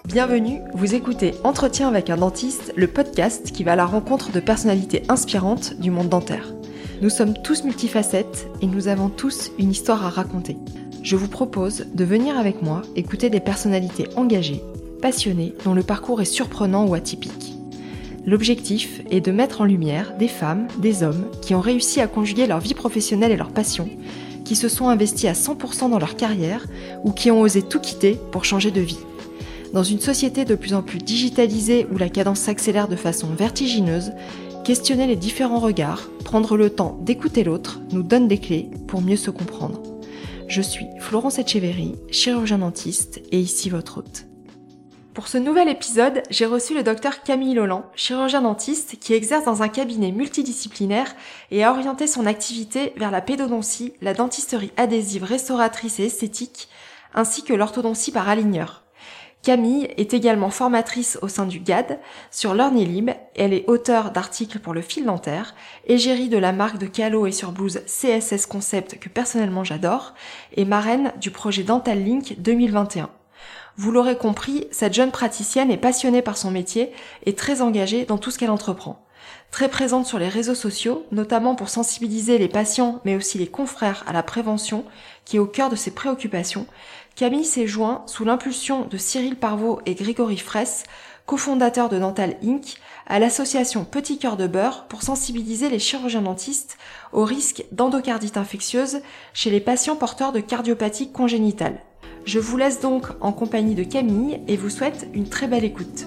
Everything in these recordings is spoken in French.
Bienvenue, vous écoutez Entretien avec un dentiste, le podcast qui va à la rencontre de personnalités inspirantes du monde dentaire. Nous sommes tous multifacettes et nous avons tous une histoire à raconter. Je vous propose de venir avec moi écouter des personnalités engagées, passionnées, dont le parcours est surprenant ou atypique. L'objectif est de mettre en lumière des femmes, des hommes qui ont réussi à conjuguer leur vie professionnelle et leur passion, qui se sont investis à 100% dans leur carrière ou qui ont osé tout quitter pour changer de vie. Dans une société de plus en plus digitalisée où la cadence s'accélère de façon vertigineuse, questionner les différents regards, prendre le temps d'écouter l'autre nous donne des clés pour mieux se comprendre. Je suis Florence Etcheverry, chirurgien dentiste et ici votre hôte. Pour ce nouvel épisode, j'ai reçu le docteur Camille Lolland, chirurgien dentiste qui exerce dans un cabinet multidisciplinaire et a orienté son activité vers la pédodontie, la dentisterie adhésive restauratrice et esthétique, ainsi que l'orthodontie par aligneur. Camille est également formatrice au sein du GAD sur LearnyLib, elle est auteure d'articles pour le fil dentaire, égérie de la marque de calo et sur blouse CSS Concept que personnellement j'adore, et marraine du projet Dental Link 2021. Vous l'aurez compris, cette jeune praticienne est passionnée par son métier et très engagée dans tout ce qu'elle entreprend. Très présente sur les réseaux sociaux, notamment pour sensibiliser les patients mais aussi les confrères à la prévention, qui est au cœur de ses préoccupations, Camille s'est joint sous l'impulsion de Cyril Parvot et Grégory Fraisse, cofondateurs de Dental Inc., à l'association Petit Cœur de Beurre pour sensibiliser les chirurgiens dentistes au risque d'endocardite infectieuse chez les patients porteurs de cardiopathie congénitale. Je vous laisse donc en compagnie de Camille et vous souhaite une très belle écoute.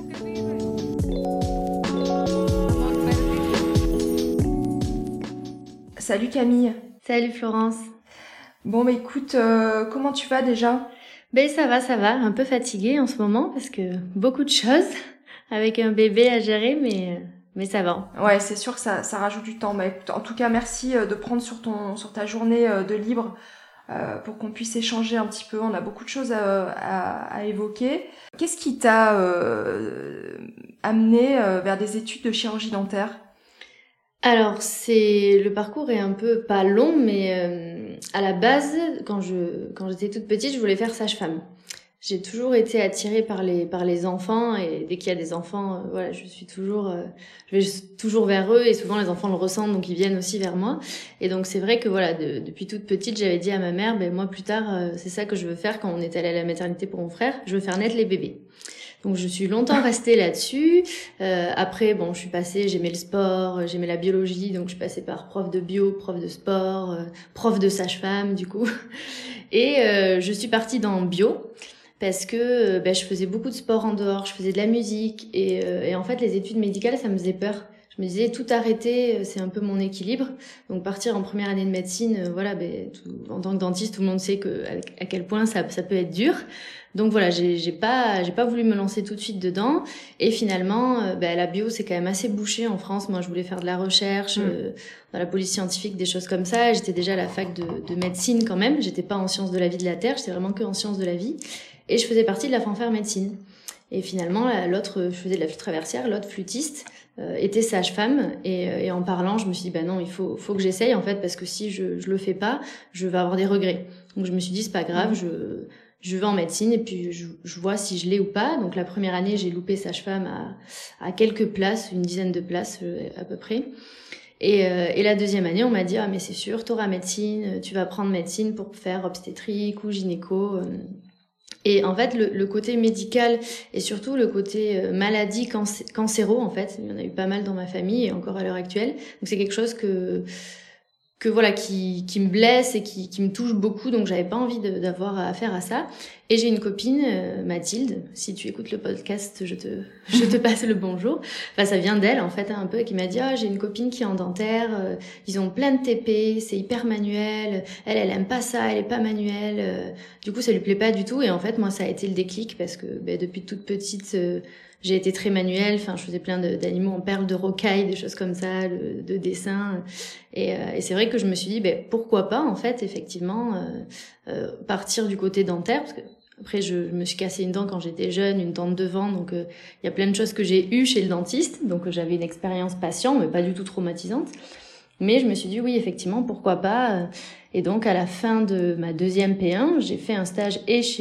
Salut Camille. Salut Florence. Bon écoute, comment tu vas déjà ? Ben ça va, un peu fatiguée en ce moment parce que beaucoup de choses avec un bébé à gérer, mais ça va. Ouais, c'est sûr que ça rajoute du temps. Bah écoute, en tout cas, merci de prendre sur ta journée de libre pour qu'on puisse échanger un petit peu. On a beaucoup de choses à évoquer. Qu'est-ce qui t'a amené vers des études de chirurgie dentaire ? Alors, le parcours est un peu pas long, mais à la base, quand j'étais toute petite, je voulais faire sage-femme. J'ai toujours été attirée par les enfants et dès qu'il y a des enfants, je vais toujours vers eux et souvent les enfants le ressentent donc ils viennent aussi vers moi. Et donc c'est vrai que depuis toute petite, j'avais dit à ma mère, moi plus tard, c'est ça que je veux faire quand on est allé à la maternité pour mon frère, je veux faire naître les bébés. Donc je suis longtemps restée là-dessus. Après, je suis passée, j'aimais le sport, j'aimais la biologie, donc je suis passée par prof de bio, prof de sport, prof de sage-femme du coup. Et je suis partie dans bio parce que je faisais beaucoup de sport en dehors, je faisais de la musique et en fait les études médicales ça me faisait peur. Je me disais tout arrêter, c'est un peu mon équilibre. Donc partir en première année de médecine, en tant que dentiste, tout le monde sait à quel point ça peut être dur. Donc j'ai pas voulu me lancer tout de suite dedans. Et finalement, la bio c'est quand même assez bouché en France. Moi, je voulais faire de la recherche dans la police scientifique, des choses comme ça. J'étais déjà à la fac de médecine quand même. J'étais pas en sciences de la vie de la terre, j'étais vraiment que en sciences de la vie. Et je faisais partie de la fanfare médecine. Et finalement, l'autre, je faisais de la flûte traversière, l'autre flûtiste était sage-femme et en parlant, je me suis dit non, il faut que j'essaye en fait parce que si je le fais pas, je vais avoir des regrets. Donc je me suis dit c'est pas grave, je vais en médecine et puis je vois si je l'ai ou pas. Donc la première année, j'ai loupé sage-femme à quelques places, une dizaine de places à peu près. Et la deuxième année, on m'a dit mais c'est sûr, t'auras médecine, tu vas prendre médecine pour faire obstétrique ou gynéco. Et en fait, le côté médical et surtout le côté maladie cancéro, en fait, il y en a eu pas mal dans ma famille et encore à l'heure actuelle. Donc c'est quelque chose qui me blesse et qui me touche beaucoup, donc j'avais pas envie d'avoir affaire à ça. Et j'ai une copine, Mathilde, si tu écoutes le podcast, je te passe le bonjour. Enfin, ça vient d'elle, en fait, un peu, qui m'a dit, j'ai une copine qui est en dentaire, ils ont plein de TP, c'est hyper manuel, elle aime pas ça, elle est pas manuelle, du coup, ça lui plaît pas du tout, et en fait, moi, ça a été le déclic, parce que, depuis toute petite, j'ai été très manuelle, je faisais plein d'animaux en perles de rocaille, des choses comme ça, de dessins, et c'est vrai que je me suis dit, pourquoi pas, en fait, effectivement, partir du côté dentaire, parce que après, je me suis cassé une dent quand j'étais jeune, une dent de devant, donc il y a plein de choses que j'ai eues chez le dentiste, donc j'avais une expérience patient, mais pas du tout traumatisante. Mais je me suis dit oui, effectivement, pourquoi pas. Et donc à la fin de ma deuxième P1, j'ai fait un stage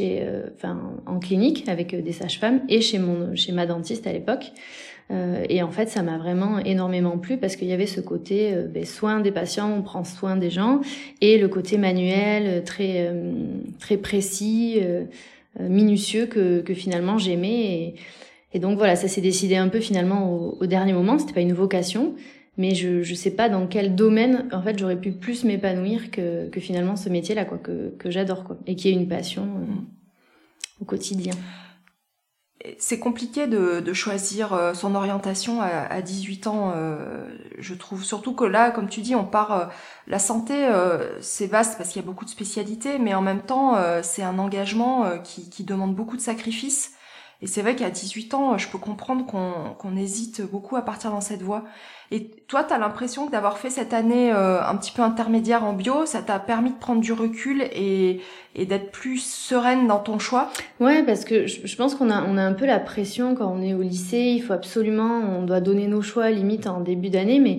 en clinique avec des sages-femmes et chez ma dentiste à l'époque. Et en fait, ça m'a vraiment énormément plu parce qu'il y avait ce côté soin des patients, on prend soin des gens, et le côté manuel très précis, minutieux que finalement j'aimais. Et donc voilà, ça s'est décidé un peu finalement au dernier moment. C'était pas une vocation, mais je sais pas dans quel domaine en fait j'aurais pu plus m'épanouir que finalement ce métier-là, quoi, que j'adore, quoi, et qui est une passion au quotidien. C'est compliqué de choisir son orientation à 18 ans, je trouve. Surtout que là, comme tu dis, on part... la santé, c'est vaste parce qu'il y a beaucoup de spécialités, mais en même temps, c'est un engagement qui demande beaucoup de sacrifices. Et c'est vrai qu'à 18 ans, je peux comprendre qu'on hésite beaucoup à partir dans cette voie. Et toi, t'as l'impression que d'avoir fait cette année un petit peu intermédiaire en bio, ça t'a permis de prendre du recul et d'être plus sereine dans ton choix? Ouais, parce que je pense qu'on a un peu la pression quand on est au lycée. Il faut absolument, on doit donner nos choix limite en début d'année, mais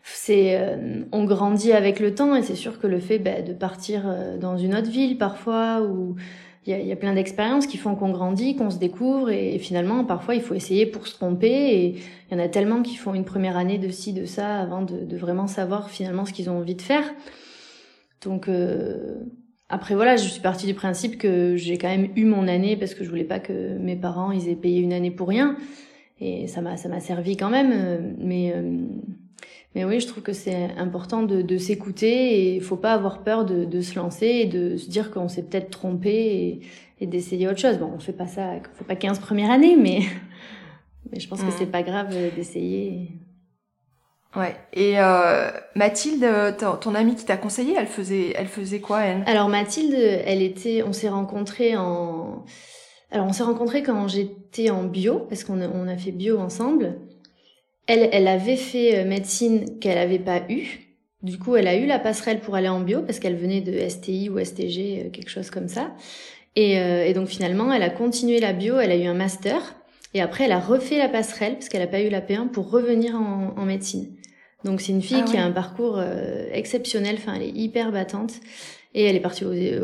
on grandit avec le temps, et c'est sûr que le fait de partir dans une autre ville parfois, où il y a plein d'expériences qui font qu'on grandit, qu'on se découvre, et finalement parfois il faut essayer pour se tromper, et il y en a tellement qui font une première année de ci, de ça, avant de vraiment savoir finalement ce qu'ils ont envie de faire. Donc après voilà, je suis partie du principe que j'ai quand même eu mon année parce que je voulais pas que mes parents ils aient payé une année pour rien, et ça m'a servi quand même, mais oui, je trouve que c'est important de s'écouter, et il faut pas avoir peur de se lancer et de se dire qu'on s'est peut-être trompé, et d'essayer autre chose. Bon, on fait pas 15 premières années, mais je pense que c'est pas grave d'essayer. Ouais. Et Mathilde, ton amie qui t'a conseillé, elle faisait quoi, elle? Alors Mathilde, on s'est rencontrés quand j'étais en bio, parce qu'on a fait bio ensemble. Elle avait fait médecine qu'elle avait pas eu. Du coup, elle a eu la passerelle pour aller en bio parce qu'elle venait de STI ou STG, quelque chose comme ça. Et donc finalement, elle a continué la bio, elle a eu un master. Et après, elle a refait la passerelle parce qu'elle a pas eu la P1 pour revenir en médecine. Donc c'est une fille qui a un parcours exceptionnel. Enfin, elle est hyper battante. Et elle est partie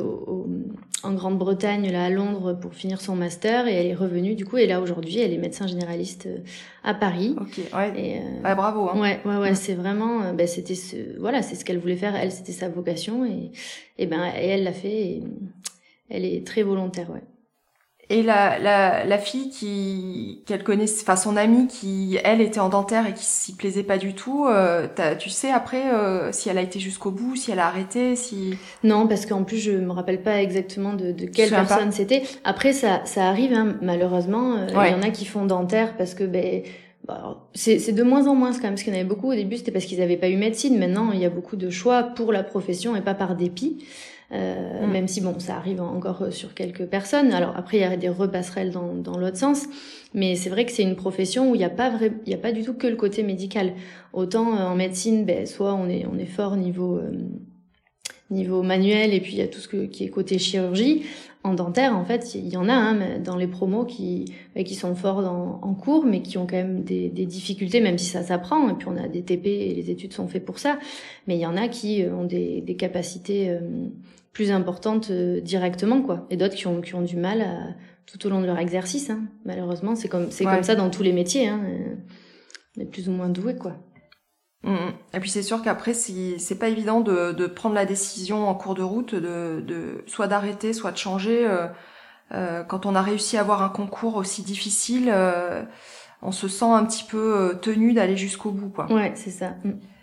en Grande-Bretagne, là à Londres, pour finir son master, et elle est revenue du coup. Et là aujourd'hui, elle est médecin généraliste à Paris. Ok, ouais. Et, bravo. Hein. Ouais. C'est vraiment, c'est ce qu'elle voulait faire. Elle, c'était sa vocation, et elle l'a fait. Et elle est très volontaire, ouais. Et la fille qu'elle connaissait, enfin son amie qui, elle, était en dentaire et qui s'y plaisait pas du tout, tu sais après si elle a été jusqu'au bout, si elle a arrêté, si... Non, parce qu'en plus je me rappelle pas exactement de quelle personne c'était. Après ça arrive, hein, malheureusement, il y en a qui font dentaire parce que c'est de moins en moins quand même, parce qu'il y en avait beaucoup au début, c'était parce qu'ils avaient pas eu médecine. Maintenant, il y a beaucoup de choix pour la profession et pas par dépit. Même si ça arrive encore sur quelques personnes. Alors après, il y a des repasserelles dans l'autre sens, mais c'est vrai que c'est une profession où il y a pas du tout que le côté médical. Autant en médecine, soit on est fort niveau manuel, et puis il y a tout ce qui est côté chirurgie. En dentaire, en fait, il y en a dans les promos qui sont forts en cours, mais qui ont quand même des difficultés, même si ça s'apprend. Et puis on a des TP et les études sont faites pour ça. Mais il y en a qui ont des capacités plus importantes directement, quoi. Et d'autres qui ont du mal tout au long de leur exercice. Hein. Malheureusement, c'est comme ça dans tous les métiers. Hein. On est plus ou moins doué, quoi. Et puis c'est sûr qu'après c'est pas évident de prendre la décision en cours de route de soit d'arrêter, soit de changer. Quand on a réussi à avoir un concours aussi difficile, on se sent un petit peu tenu d'aller jusqu'au bout, quoi. Ouais, c'est ça.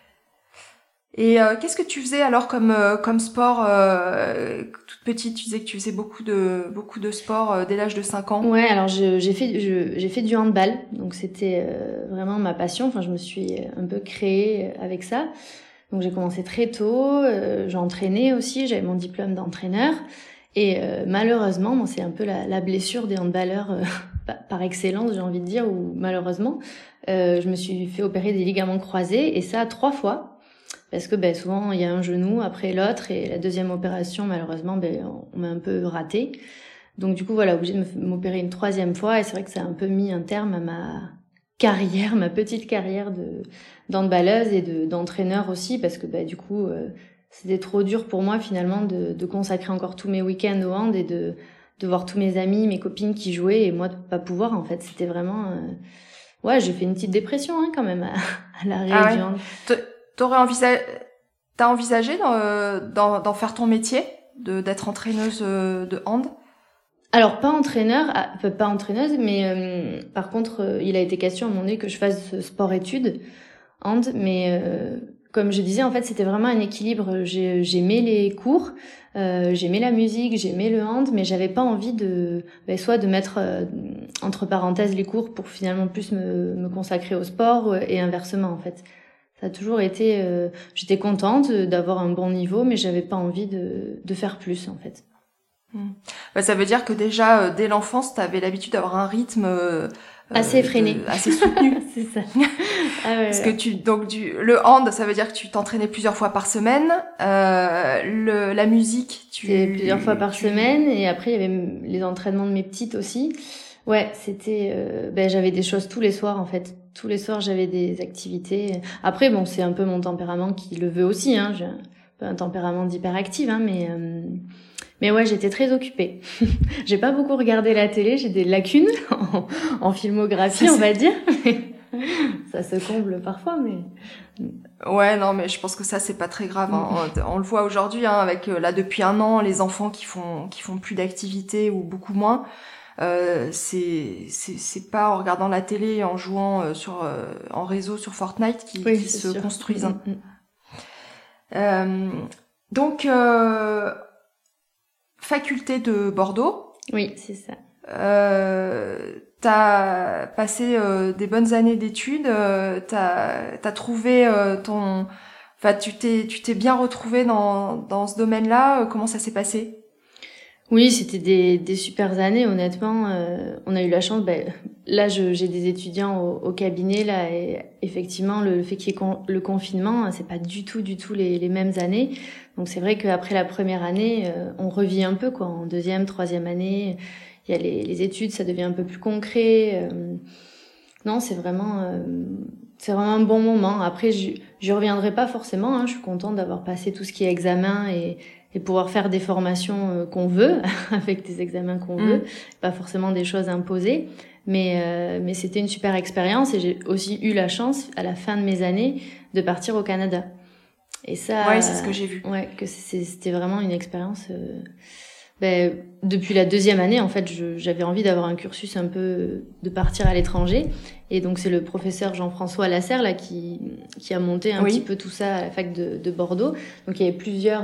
Et qu'est-ce que tu faisais alors comme sport toute petite? Tu disais que tu faisais beaucoup de sport dès l'âge de 5 ans. Ouais, alors j'ai fait du handball, donc c'était vraiment ma passion. Enfin, je me suis un peu créée avec ça. Donc j'ai commencé très tôt, j'entraînais aussi, j'avais mon diplôme d'entraîneur, et malheureusement, c'est un peu la blessure des handballeurs par excellence, j'ai envie de dire, ou malheureusement, je me suis fait opérer des ligaments croisés, et ça 3 fois. Parce que souvent il y a un genou après l'autre, et la deuxième opération malheureusement on m'a un peu raté. Donc du coup obligée de m'opérer une 3e fois, et c'est vrai que ça a un peu mis un terme à ma carrière, ma petite carrière d'handballeuse et d'entraîneur aussi, parce que du coup c'était trop dur pour moi finalement de consacrer encore tous mes week-ends au hand et de voir tous mes amis, mes copines qui jouaient et moi de pas pouvoir. En fait, c'était vraiment j'ai fait une petite dépression quand même à l'arrêt du hand. T'as envisagé d'en faire ton métier, d'être entraîneuse de hand? Alors pas entraîneuse, mais par contre il a été question à un moment donné que je fasse sport-études hand, mais comme je disais en fait c'était vraiment un équilibre. J'aimais les cours, j'aimais la musique, j'aimais le hand, mais j'avais pas envie soit de mettre entre parenthèses les cours pour finalement plus me consacrer au sport et inversement en fait. Ça a toujours été j'étais contente d'avoir un bon niveau, mais j'avais pas envie de faire plus en fait. Ça veut dire que déjà dès l'enfance t'avais l'habitude d'avoir un rythme assez effréné, assez soutenu. C'est ça. Parce que le hand, ça veut dire que tu t'entraînais plusieurs fois par semaine. La musique, c'était plusieurs fois par semaine, et après il y avait les entraînements de mes petites aussi. Ouais, c'était j'avais des choses tous les soirs en fait. Tous les soirs j'avais des activités. Après bon, c'est un peu mon tempérament qui le veut aussi. J'ai un peu un tempérament d'hyperactive, mais ouais, j'étais très occupée. J'ai pas beaucoup regardé la télé, j'ai des lacunes en filmographie, on va dire. Ça se comble parfois, mais... Ouais, non, mais je pense que ça, c'est pas très grave. On le voit aujourd'hui, avec là depuis 1 an, les enfants qui font plus d'activité ou beaucoup moins. C'est pas en regardant la télé et en jouant en réseau sur Fortnite qui se construisent. Donc faculté de Bordeaux. Oui, c'est ça. T'as passé des bonnes années d'études. T'as trouvé tu t'es bien retrouvé dans ce domaine-là. Comment ça s'est passé? Oui, c'était des super années, honnêtement. On a eu la chance. Là, j'ai des étudiants au cabinet là, et effectivement, le fait qu'il y ait le confinement, c'est pas du tout les mêmes années. Donc c'est vrai qu'après la première année, on revit un peu quoi. En deuxième, troisième année, il y a les études, ça devient un peu plus concret. Non, c'est vraiment un bon moment. Après, je reviendrai pas forcément. Je suis contente d'avoir passé tout ce qui est examen et pouvoir faire des formations qu'on veut avec des examens qu'on veut, pas forcément des choses imposées. Mais c'était une super expérience et j'ai aussi eu la chance à la fin de mes années de partir au Canada. Et ça, ouais, c'est ce que j'ai vu. Ouais, que c'était vraiment une expérience. Depuis la deuxième année, en fait, j'avais envie d'avoir un cursus un peu de partir à l'étranger. Et donc, c'est le professeur Jean-François Lasserre là qui a monté un petit peu tout ça à la fac de Bordeaux. Donc, il y avait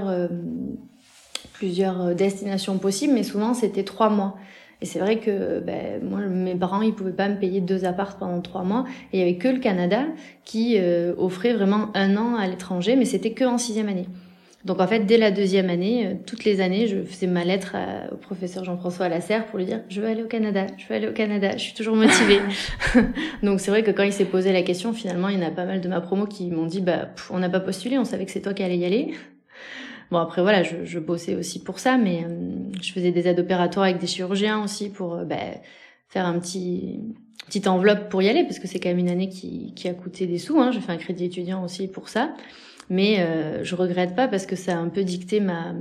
plusieurs destinations possibles, mais souvent, c'était 3 mois. Et c'est vrai que moi, mes parents, ils pouvaient pas me payer 2 apparts pendant 3 mois. Et il y avait que le Canada qui offrait vraiment 1 an à l'étranger, mais c'était que en 6e année. Donc en fait, dès la 2e année, toutes les années, je faisais ma lettre au professeur Jean-François Lasserre pour lui dire « Je veux aller au Canada, je suis toujours motivée. » Donc c'est vrai que quand il s'est posé la question, finalement, il y en a pas mal de ma promo qui m'ont dit « On n'a pas postulé, on savait que c'est toi qui allais y aller. » Bon après voilà, je bossais aussi pour ça, mais je faisais des aides opératoires avec des chirurgiens aussi pour faire un petite enveloppe pour y aller, parce que c'est quand même une année qui a coûté des sous. J'ai fait un crédit étudiant aussi pour ça. Mais je regrette pas parce que ça a un peu dicté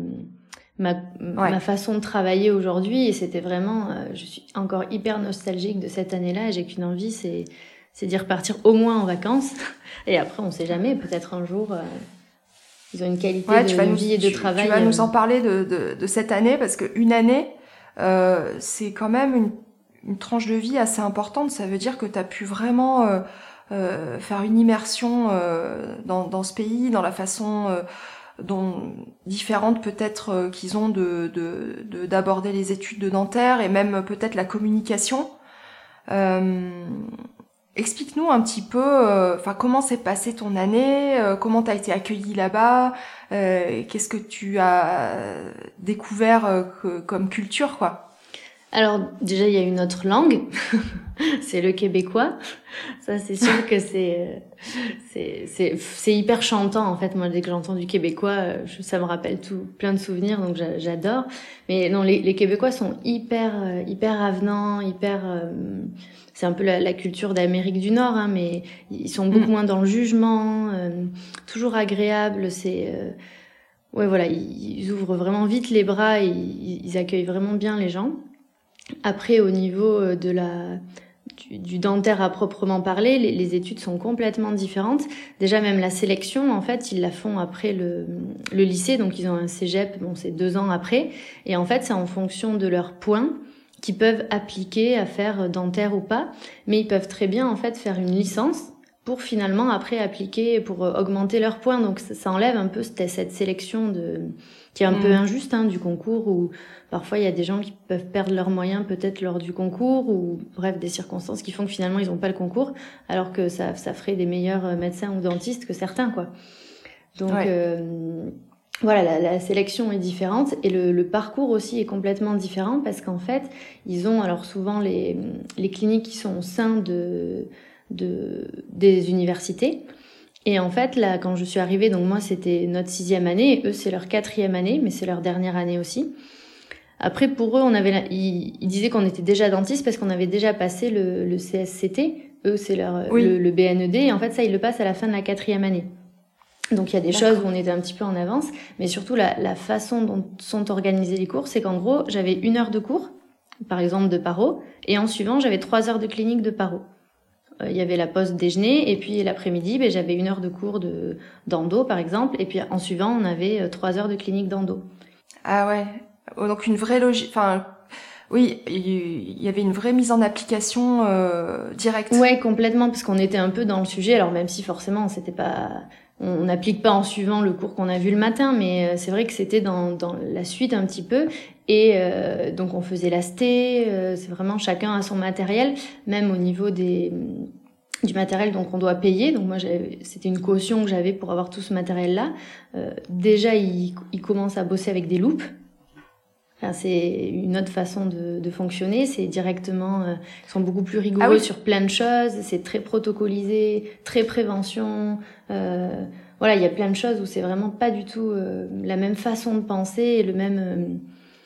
ma façon de travailler aujourd'hui, et c'était vraiment je suis encore hyper nostalgique de cette année-là, et j'ai qu'une envie, c'est d'y repartir au moins en vacances, et après on sait jamais, peut-être un jour ils ont une qualité de vie et de travail. Tu vas nous en parler de cette année, parce que une année c'est quand même une tranche de vie assez importante. Ça veut dire que tu as pu vraiment faire une immersion dans ce pays, dans la façon différente peut-être qu'ils ont d'aborder les études de dentaire, et même peut-être la communication. Explique-nous un petit peu comment s'est passée ton année, comment t'as été accueillie là-bas, qu'est-ce que tu as découvert comme culture, quoi. Alors déjà il y a une autre langue, c'est le québécois. Ça c'est sûr que c'est hyper chantant en fait. Moi dès que j'entends du québécois, ça me rappelle plein de souvenirs, donc j'adore. Mais non, les Québécois sont hyper avenants, c'est un peu la culture d'Amérique du Nord, hein, mais ils sont beaucoup moins dans le jugement, toujours agréables. Ouais voilà, ils ouvrent vraiment vite les bras, et ils accueillent vraiment bien les gens. Après, au niveau du dentaire à proprement parler, les études sont complètement différentes. Déjà, même la sélection, en fait, ils la font après le lycée, donc ils ont un cégep, bon, c'est 2 ans après. Et en fait, c'est en fonction de leurs points qu'ils peuvent appliquer à faire dentaire ou pas. Mais ils peuvent très bien, en fait, faire une licence pour finalement, après, appliquer, pour augmenter leurs points. Donc, ça enlève un peu cette sélection qui est un peu injuste, hein, du concours, où parfois il y a des gens qui peuvent perdre leurs moyens peut-être lors du concours, ou bref, des circonstances qui font que finalement ils n'ont pas le concours, alors que ça ferait des meilleurs médecins ou dentistes que certains, quoi. Donc voilà, la sélection est différente, et le parcours aussi est complètement différent, parce qu'en fait, ils ont alors souvent les cliniques qui sont au sein des universités. Et en fait, là, quand je suis arrivée, donc moi, c'était notre 6e année, et eux, c'est leur 4e année, mais c'est leur dernière année aussi. Après, pour eux, ils disaient qu'on était déjà dentiste parce qu'on avait déjà passé le CSCT. Eux, c'est le BNED, et en fait, ça, ils le passent à la fin de la 4e année. Donc, il y a des choses où on était un petit peu en avance, mais surtout, la façon dont sont organisés les cours, c'est qu'en gros, j'avais 1 heure de cours, par exemple, de paro, et en suivant, j'avais 3 heures de clinique de paro. Il y avait la pause déjeuner, et puis l'après-midi, j'avais 1 heure de cours d'endo, par exemple, et puis en suivant, on avait 3 heures de clinique d'endo. Ah ouais, donc une vraie logique, enfin, oui, il y avait une vraie mise en application directe. Ouais, complètement, parce qu'on était un peu dans le sujet, alors même si forcément, on n'applique pas en suivant le cours qu'on a vu le matin, mais c'est vrai que c'était dans la suite un petit peu. Et donc on faisait la sté, c'est vraiment chacun a son matériel, même au niveau du matériel donc on doit payer. Donc moi c'était une caution que j'avais pour avoir tout ce matériel là. Déjà ils commencent à bosser avec des loupes. Enfin, c'est une autre façon de fonctionner, c'est directement ils sont beaucoup plus rigoureux sur plein de choses, c'est très protocolisé, très prévention. Voilà, il y a plein de choses où c'est vraiment pas du tout la même façon de penser et le même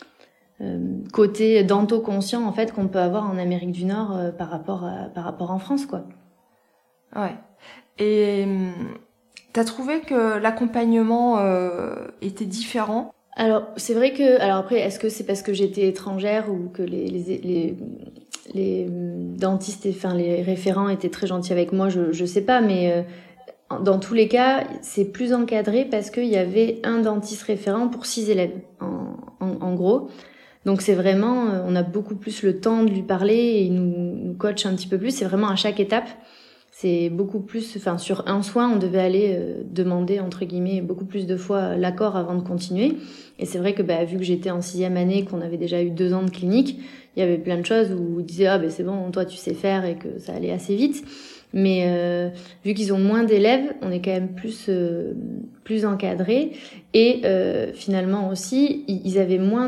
côté dento-conscient en fait qu'on peut avoir en Amérique du Nord par rapport en France, quoi. Ouais. Et t'as trouvé que l'accompagnement était différent? Alors c'est vrai que après est-ce que c'est parce que j'étais étrangère ou que les dentistes, enfin les référents étaient très gentils avec moi, je sais pas, mais dans tous les cas c'est plus encadré parce qu'il y avait un dentiste référent pour 6 élèves en gros. Donc c'est vraiment, on a beaucoup plus le temps de lui parler et il nous coach un petit peu plus. C'est vraiment à chaque étape, c'est beaucoup plus, enfin sur un soin, on devait aller demander entre guillemets beaucoup plus de fois l'accord avant de continuer. Et c'est vrai que vu que j'étais en 6e année, qu'on avait déjà eu 2 ans de clinique, il y avait plein de choses où ils disaient c'est bon, toi tu sais faire, et que ça allait assez vite. Mais vu qu'ils ont moins d'élèves, on est quand même plus encadré, et finalement aussi ils avaient moins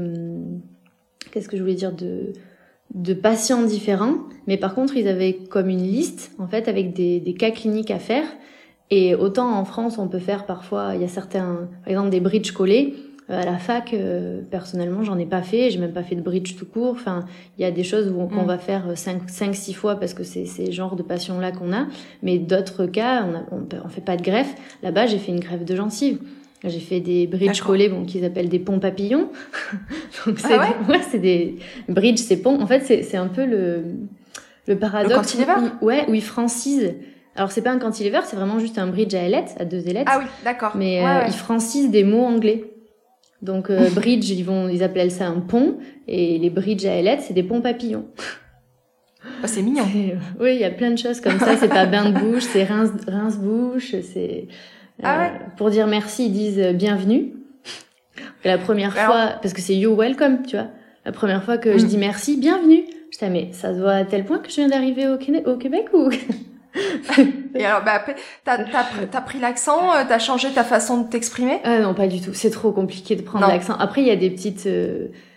de patients différents, mais par contre ils avaient comme une liste en fait avec des cas cliniques à faire. Et autant en France on peut faire parfois, il y a certains, par exemple des bridges collés. À la fac, personnellement, j'en ai pas fait. J'ai même pas fait de bridge tout court. Enfin, il y a des choses qu'on va faire 5-6 fois parce que c'est ce genre de patients-là qu'on a. Mais d'autres cas, on fait pas de greffe. Là-bas, j'ai fait une greffe de gencive. J'ai fait des bridges collés, qu'ils appellent des ponts papillons. Donc c'est des bridges, c'est ponts. En fait, c'est un peu le paradoxe. Le cantilever. Où ils francisent. Alors c'est pas un cantilever, c'est vraiment juste un bridge à ailettes, à 2 ailettes. Ah oui, d'accord. Mais ils francisent des mots anglais. Donc bridge, ils appellent ça un pont, et les bridges à ailettes, c'est des ponts papillons. C'est mignon. Oui, il y a plein de choses comme ça. C'est pas bain de bouche, c'est rince-bouche. C'est pour dire merci, ils disent bienvenue. Et la première fois, parce que c'est you're welcome, tu vois. La première fois que je dis merci, bienvenue. Je dis mais ça se voit à tel point que je viens d'arriver au Québec ou Et alors, après, t'as pris l'accent, t'as changé ta façon de t'exprimer? Non, pas du tout. C'est trop compliqué de prendre l'accent. Après, il y a des petites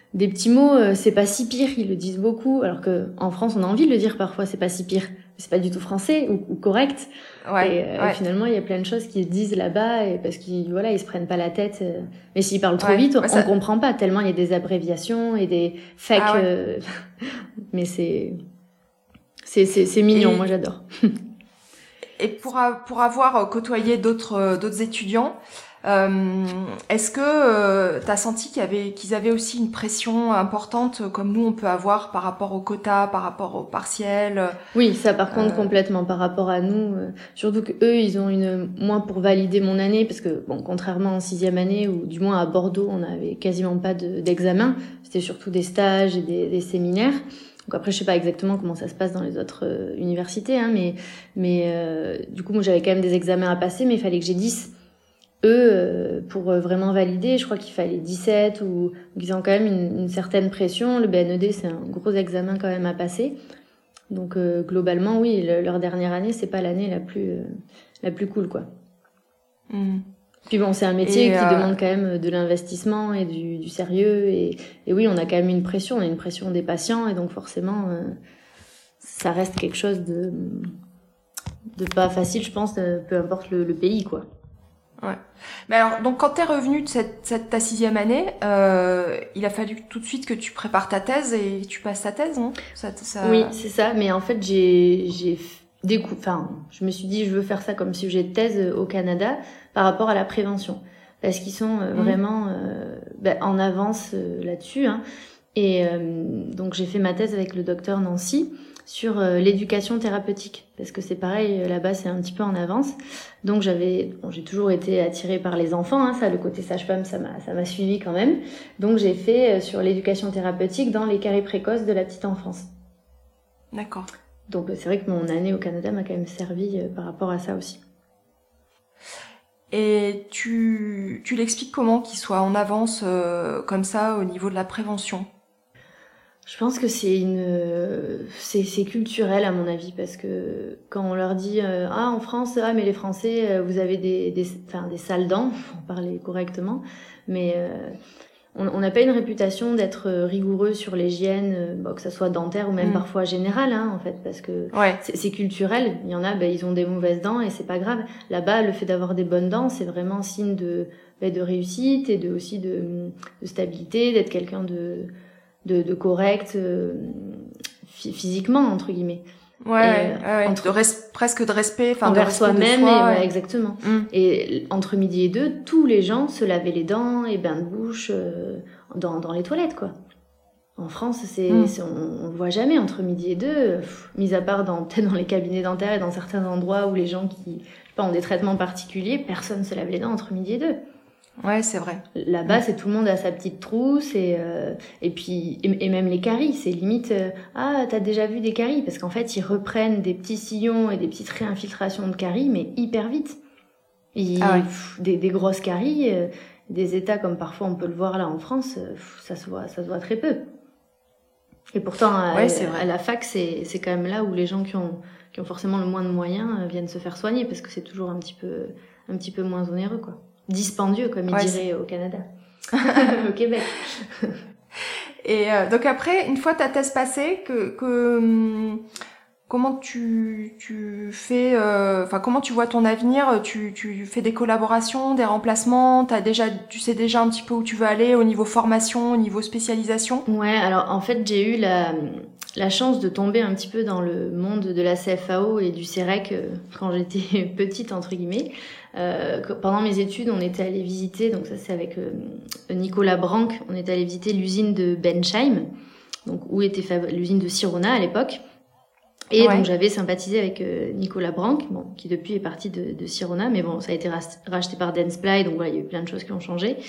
des petits mots, c'est pas si pire, ils le disent beaucoup, alors que en France, on a envie de le dire parfois, c'est pas si pire. C'est pas du tout français ou correct. Et finalement, il y a plein de choses qu'ils se disent là-bas et parce qu'ils ils se prennent pas la tête. Mais s'ils parlent trop vite, on comprend pas tellement il y a des abréviations et des fake. Mais c'est mignon, moi j'adore. Et pour avoir côtoyé d'autres étudiants, est-ce que t'as senti qu'ils avaient aussi une pression importante comme nous on peut avoir par rapport aux quotas, par rapport aux partiels? Oui, ça par contre complètement par rapport à nous. Surtout que eux, ils ont moins pour valider mon année parce que contrairement en 6e année ou du moins à Bordeaux, on n'avait quasiment pas d'examen. C'était surtout des stages et des séminaires. Donc après, je sais pas exactement comment ça se passe dans les autres universités, hein, mais du coup, moi j'avais quand même des examens à passer, mais il fallait que j'ai 10. Eux, pour vraiment valider, je crois qu'il fallait 17 ou ils ont quand même une certaine pression. Le BNED, c'est un gros examen quand même à passer. Donc globalement, oui, leur dernière année, c'est pas l'année la plus cool, quoi. Puis bon, c'est un métier qui demande quand même de l'investissement et du sérieux et oui, on a quand même une pression, on a une pression des patients et donc forcément, ça reste quelque chose de pas facile, je pense, peu importe le pays, quoi. Ouais. Mais alors, donc quand t'es revenu de ta 6e année, il a fallu tout de suite que tu prépares ta thèse et tu passes ta thèse, non? Oui, c'est ça. Mais en fait, je me suis dit, je veux faire ça comme sujet de thèse au Canada par rapport à la prévention, parce qu'ils sont vraiment en avance là-dessus. Hein. Et donc j'ai fait ma thèse avec le docteur Nancy sur l'éducation thérapeutique, parce que c'est pareil, là-bas c'est un petit peu en avance. Donc j'ai toujours été attirée par les enfants, hein, ça, le côté sage-femme, ça m'a suivi quand même. Donc j'ai fait sur l'éducation thérapeutique dans les caries précoces de la petite enfance. D'accord. Donc c'est vrai que mon année au Canada m'a quand même servi par rapport à ça aussi. Et tu l'expliques comment qu'il soit en avance comme ça au niveau de la prévention? Je pense que c'est culturel à mon avis, parce que quand on leur dit en France, mais les Français vous avez des sales dents, pour parler correctement, mais on n'a pas une réputation d'être rigoureux sur l'hygiène, que ça soit dentaire ou même parfois générale, hein, en fait, parce que c'est culturel. Il y en a, ils ont des mauvaises dents et c'est pas grave. Là-bas, le fait d'avoir des bonnes dents, c'est vraiment signe de réussite et aussi de stabilité, d'être quelqu'un de correct physiquement, entre guillemets. Presque de respect, envers soi-même, exactement. Et entre midi et 2, tous les gens se lavaient les dents et bains de bouche dans les toilettes, quoi. En France, on le voit jamais entre midi et 2, mis à part peut-être dans les cabinets dentaires et dans certains endroits où les gens qui ont des traitements particuliers, personne se lave les dents entre midi et 2. Ouais, c'est vrai. Là-bas, c'est tout le monde a sa petite trousse et puis même les caries, c'est limite t'as déjà vu des caries, parce qu'en fait, ils reprennent des petits sillons et des petites réinfiltrations de caries, mais hyper vite. Des grosses caries, des états comme parfois on peut le voir là en France, ça se voit très peu. Et pourtant, à la fac, c'est quand même là où les gens qui ont forcément le moins de moyens viennent se faire soigner, parce que c'est toujours un petit peu moins onéreux, quoi. Dispendieux, comme ils diraient au Canada. Au Québec. Et donc après, une fois ta thèse passée, comment tu fais, comment tu vois ton avenir? Tu fais des collaborations, des remplacements? Tu sais déjà un petit peu où tu veux aller au niveau formation, au niveau spécialisation? Ouais, alors en fait, j'ai eu la chance de tomber un petit peu dans le monde de la CFAO et du CEREC quand j'étais petite, entre guillemets. Pendant mes études, on était allé visiter, donc ça c'est avec Nicolas Branc, on était allé visiter l'usine de Bensheim, donc où était l'usine de Sirona à l'époque. Et donc j'avais sympathisé avec Nicolas Branc, qui depuis est parti de Sirona, mais ça a été racheté par Dentsply, donc voilà, il y a eu plein de choses qui ont changé.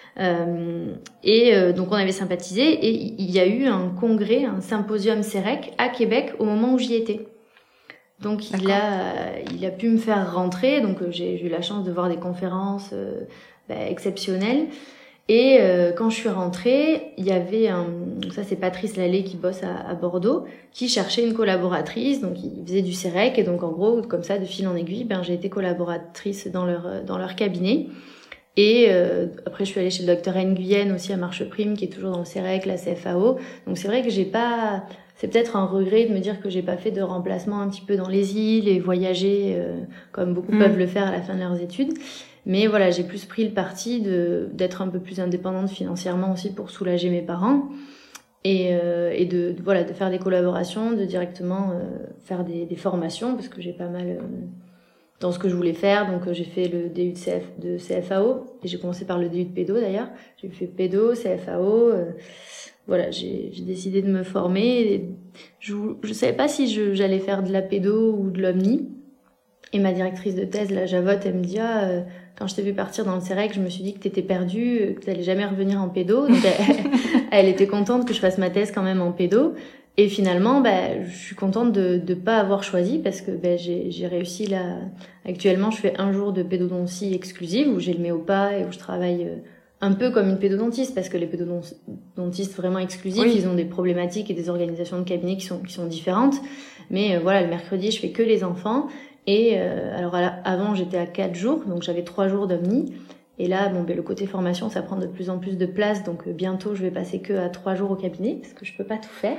Donc on avait sympathisé et il y a eu un congrès, un symposium CEREC à Québec au moment où j'y étais. Donc il a pu me faire rentrer, donc j'ai eu la chance de voir des conférences exceptionnelles. Et quand je suis rentrée, il y avait ça c'est Patrice Lallé qui bosse à Bordeaux, qui cherchait une collaboratrice, donc il faisait du CEREC et donc en gros comme ça de fil en aiguille, j'ai été collaboratrice dans leur cabinet. Et après, je suis allée chez le docteur Nguyen aussi à Marcheprime, qui est toujours dans le CEREC, la CFAO. Donc c'est vrai que c'est peut-être un regret de me dire que j'ai pas fait de remplacement un petit peu dans les îles et voyager comme beaucoup peuvent le faire à la fin de leurs études. Mais voilà, j'ai plus pris le parti d'être un peu plus indépendante financièrement aussi pour soulager mes parents et de faire des collaborations, de directement faire des formations parce que j'ai pas mal dans ce que je voulais faire. Donc j'ai fait le DU de CFAO et j'ai commencé par le DU de pédo d'ailleurs. J'ai fait pédo, CFAO. Voilà, j'ai décidé de me former. Et je savais pas si j'allais faire de la pédo ou de l'omni. Et ma directrice de thèse, la Javotte, elle me dit quand je t'ai vu partir dans le CEREC, je me suis dit que t'étais perdue, que t'allais jamais revenir en pédo. Donc elle était contente que je fasse ma thèse quand même en pédo. Et finalement, je suis contente de pas avoir choisi parce que j'ai réussi là. Actuellement, je fais un jour de pédodontie exclusive où j'ai le méopa et où je travaille un peu comme une pédodontiste parce que les pédodontistes vraiment exclusifs, ils ont des problématiques et des organisations de cabinet qui sont différentes. Mais voilà, le mercredi, je fais que les enfants. Et alors avant, j'étais à 4 jours, donc j'avais 3 jours d'omni. Et là, le côté formation, ça prend de plus en plus de place. Donc bientôt, je vais passer que à 3 jours au cabinet parce que je peux pas tout faire.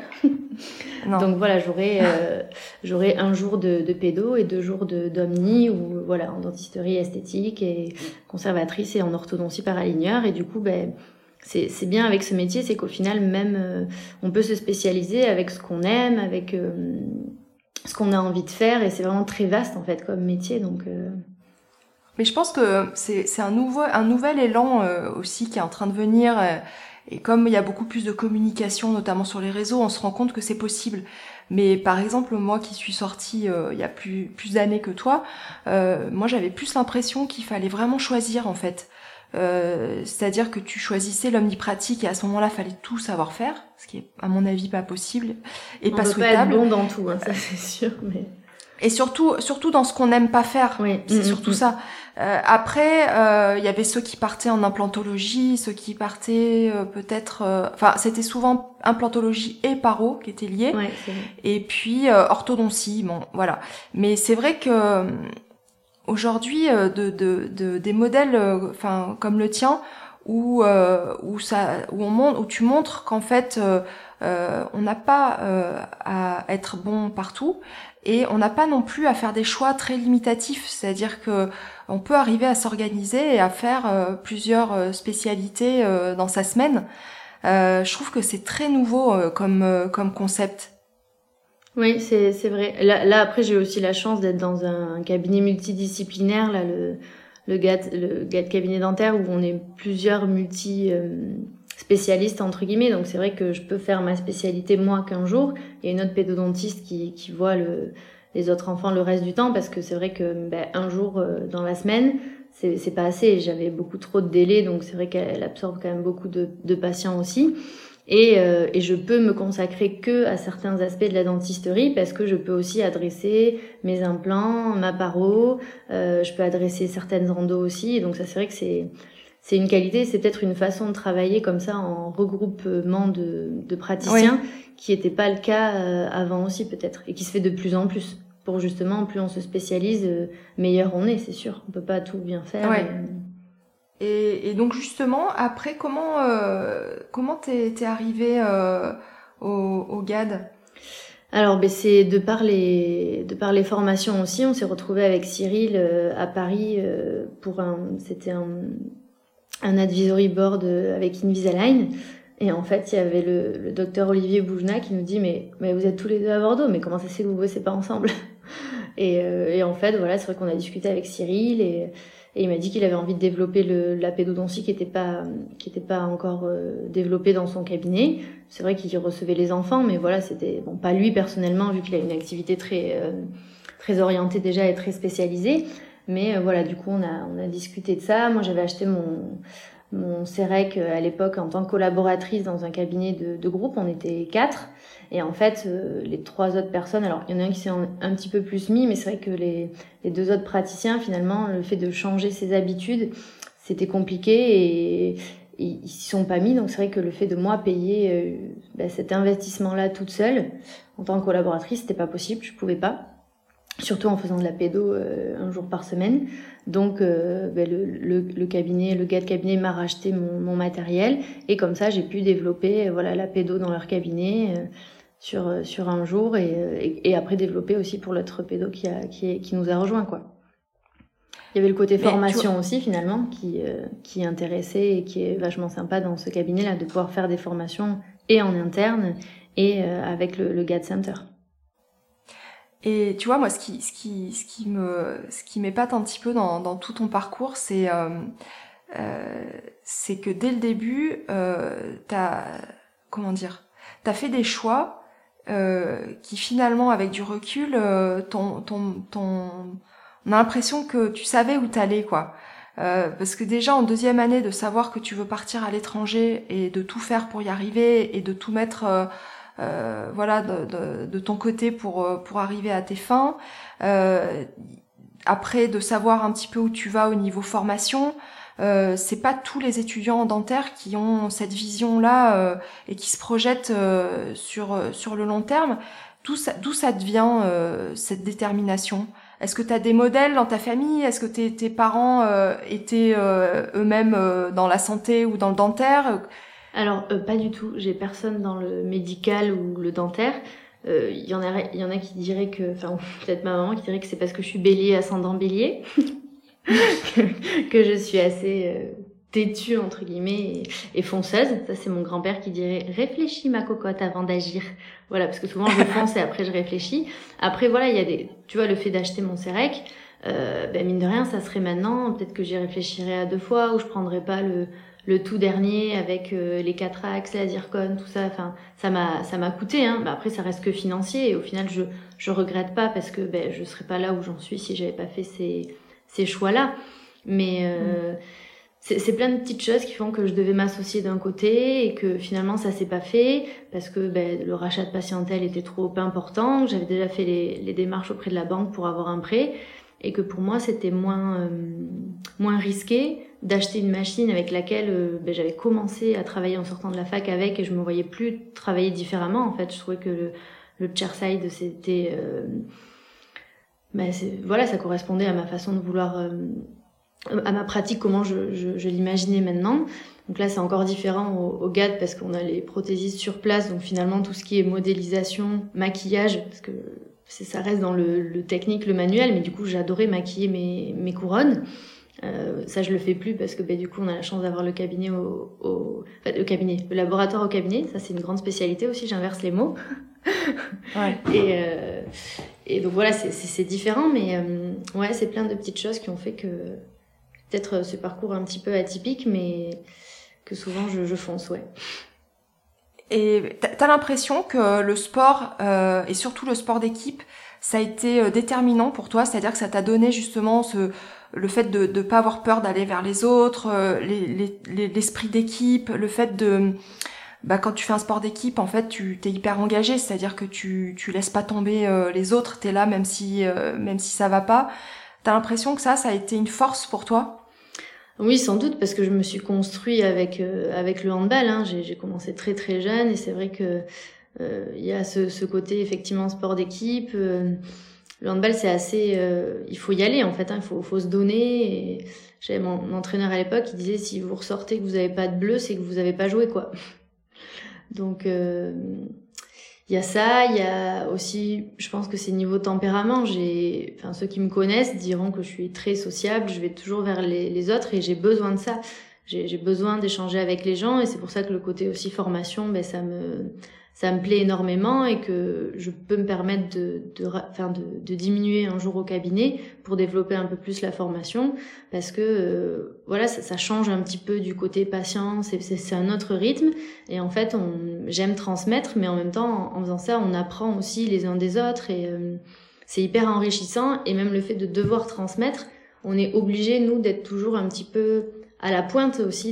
Donc voilà, j'aurai un jour de pédo et 2 jours d'omni ou voilà en dentisterie esthétique et conservatrice et en orthodontie paraligneur. Et du coup, c'est bien avec ce métier, c'est qu'au final, même on peut se spécialiser avec ce qu'on aime, avec ce qu'on a envie de faire, et c'est vraiment très vaste en fait comme métier. Donc mais je pense que c'est un nouvel élan aussi qui est en train de venir et comme il y a beaucoup plus de communication notamment sur les réseaux, on se rend compte que c'est possible. Mais par exemple, moi qui suis sortie il y a plus d'années que toi, moi j'avais plus l'impression qu'il fallait vraiment choisir en fait. C'est-à-dire que tu choisissais l'omnipratique et à ce moment-là, fallait tout savoir faire, ce qui est à mon avis pas possible et pas souhaitable. On peut pas être bon dans tout, ça c'est sûr, mais et surtout dans ce qu'on n'aime pas faire. Oui. C'est surtout ça. Après, il y avait ceux qui partaient en implantologie, ceux qui partaient peut-être... c'était souvent implantologie et paro qui étaient liés. Ouais, c'est vrai. Et puis orthodontie, bon, voilà. Mais c'est vrai que aujourd'hui, des modèles comme le tien, où tu montres qu'en fait, on n'a pas à être bon partout. Et on n'a pas non plus à faire des choix très limitatifs, c'est-à-dire que on peut arriver à s'organiser et à faire plusieurs spécialités dans sa semaine. Je trouve que c'est très nouveau comme concept. Oui, c'est vrai. Là après, j'ai aussi la chance d'être dans un cabinet multidisciplinaire, là le GAT cabinet dentaire où on est plusieurs spécialistes entre guillemets, donc c'est vrai que je peux faire ma spécialité moi qu'un jour et une autre pédodontiste qui voit les autres enfants le reste du temps parce que c'est vrai que un jour dans la semaine c'est pas assez, j'avais beaucoup trop de délais, donc c'est vrai qu'elle absorbe quand même beaucoup de patients aussi et je peux me consacrer que à certains aspects de la dentisterie parce que je peux aussi adresser mes implants, ma paro, je peux adresser certaines randos aussi, et donc ça c'est vrai que c'est une qualité, c'est peut-être une façon de travailler comme ça en regroupement de praticiens qui n'était pas le cas avant aussi peut-être et qui se fait de plus en plus. Pour justement, plus on se spécialise, meilleur on est, c'est sûr. On peut pas tout bien faire. Ouais. Et donc justement, après, comment t'es arrivée au GAD ? Alors, c'est de par les formations aussi. On s'est retrouvés avec Cyril à Paris pour c'était un advisory board avec Invisalign. Et en fait, il y avait le docteur Olivier Boujna qui nous dit mais vous êtes tous les deux à Bordeaux, mais comment ça se fait que vous bossez pas ensemble ? Et en fait, voilà, c'est vrai qu'on a discuté avec Cyril et il m'a dit qu'il avait envie de développer la pédodontie qui était pas encore développée dans son cabinet. C'est vrai qu'il recevait les enfants, mais voilà, c'était pas lui personnellement vu qu'il a une activité très orientée déjà et très spécialisée. Mais voilà, du coup, on a discuté de ça. Moi, j'avais acheté mon CEREC à l'époque en tant que collaboratrice dans un cabinet de groupe. On était 4. Et en fait, les 3 autres personnes, alors il y en a un qui s'est un petit peu plus mis, mais c'est vrai que les 2 autres praticiens, finalement, le fait de changer ses habitudes, c'était compliqué et ils s'y sont pas mis. Donc c'est vrai que le fait de moi payer cet investissement-là toute seule, en tant que collaboratrice, c'était pas possible, je pouvais pas. surtout en faisant de la pédo un jour par semaine. Donc le cabinet, le gars de cabinet m'a racheté mon matériel et comme ça j'ai pu développer la pédo dans leur cabinet sur un jour et après développer aussi pour l'autre pédo qui nous a rejoint quoi. Il y avait le côté formation aussi finalement qui intéressait et qui est vachement sympa dans ce cabinet là de pouvoir faire des formations et en interne et avec le GAD Center. Et tu vois, moi, ce qui m'épate un petit peu dans tout ton parcours, c'est que dès le début, t'as fait des choix qui finalement, avec du recul, on a l'impression que tu savais où t'allais, quoi. Parce que déjà en deuxième année, de savoir que tu veux partir à l'étranger et de tout faire pour y arriver et de tout mettre de ton côté pour arriver à tes fins. Après, de savoir un petit peu où tu vas au niveau formation. C'est pas tous les étudiants en dentaire qui ont cette vision-là et qui se projettent sur le long terme. D'où ça devient cette détermination? Est-ce que tu as des modèles dans ta famille? Est-ce que tes parents étaient eux-mêmes dans la santé ou dans le dentaire? Alors pas du tout, j'ai personne dans le médical ou le dentaire. Il y en a qui diraient que, enfin peut-être ma maman qui dirait que c'est parce que je suis bélier ascendant bélier que je suis assez têtue entre guillemets et fonceuse. Ça c'est mon grand-père qui dirait réfléchis ma cocotte avant d'agir. Voilà, parce que souvent je fonce et après je réfléchis. Après voilà, il y a tu vois, le fait d'acheter mon Cérec, mine de rien ça serait maintenant, peut-être que j'y réfléchirais à 2 fois ou je prendrais pas le tout dernier avec les 4 axes, la zircone, tout ça. Enfin, ça m'a coûté, hein. Bah, après, ça reste que financier et au final, je regrette pas parce que je serais pas là où j'en suis si j'avais pas fait ces choix-là. Mais c'est plein de petites choses qui font que je devais m'associer d'un côté et que finalement ça s'est pas fait parce que le rachat de patientèle était trop important, que j'avais déjà fait les démarches auprès de la banque pour avoir un prêt et que pour moi c'était moins risqué d'acheter une machine avec laquelle j'avais commencé à travailler en sortant de la fac avec et je me voyais plus travailler différemment. En fait, je trouvais que le chairside c'était ça correspondait à ma façon de vouloir à ma pratique, comment je l'imaginais maintenant. Donc là c'est encore différent au GAD parce qu'on a les prothésistes sur place, donc finalement tout ce qui est modélisation, maquillage, parce que ça reste dans le technique, le manuel, mais du coup j'adorais maquiller mes couronnes. Ça je le fais plus parce que du coup on a la chance d'avoir le cabinet le laboratoire au cabinet. Ça c'est une grande spécialité aussi, j'inverse les mots. Ouais. Et donc voilà, c'est différent, mais c'est plein de petites choses qui ont fait que peut-être ce parcours un petit peu atypique, mais que souvent je fonce, ouais. Et t'as l'impression que le sport, et surtout le sport d'équipe, ça a été déterminant pour toi, c'est-à-dire que ça t'a donné justement le fait de pas avoir peur d'aller vers les autres, l'esprit d'équipe, le fait de quand tu fais un sport d'équipe, en fait, t'es hyper engagé, c'est-à-dire que tu laisses pas tomber les autres, t'es là même si ça va pas. T'as l'impression que ça a été une force pour toi? Oui, sans doute, parce que je me suis construit avec le handball, hein. J'ai commencé très très jeune et c'est vrai que il y a ce côté effectivement sport d'équipe. Le handball c'est assez il faut y aller en fait, hein. Il faut se donner et j'avais mon entraîneur à l'époque qui disait si vous ressortez que vous avez pas de bleu, c'est que vous avez pas joué quoi. Donc il y a ça, il y a aussi, je pense que c'est niveau tempérament. Ceux qui me connaissent diront que je suis très sociable, je vais toujours vers les autres et j'ai besoin de ça. J'ai besoin d'échanger avec les gens et c'est pour ça que le côté aussi formation, ça me plaît énormément et que je peux me permettre de diminuer un jour au cabinet pour développer un peu plus la formation parce que ça change un petit peu du côté patient, c'est un autre rythme et en fait j'aime transmettre mais en même temps en faisant ça on apprend aussi les uns des autres et c'est hyper enrichissant et même le fait de devoir transmettre, on est obligé nous d'être toujours un petit peu à la pointe aussi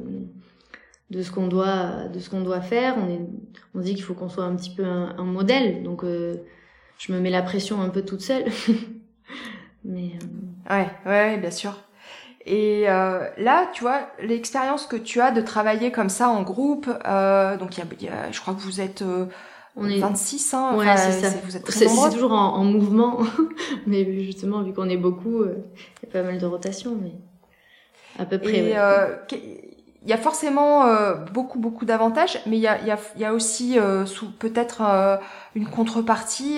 de ce qu'on doit faire. On dit qu'il faut qu'on soit un petit peu un modèle, donc je me mets la pression un peu toute seule. Mais ouais, bien sûr. Et là, tu vois, l'expérience que tu as de travailler comme ça en groupe, donc je crois que vous êtes On est 26, ouais, c'est ça. Vous êtes très nombreux. C'est toujours en mouvement, mais justement, vu qu'on est beaucoup, il y a pas mal de rotation, mais à peu près. Et il y a forcément beaucoup d'avantages, mais il y a aussi peut-être une contrepartie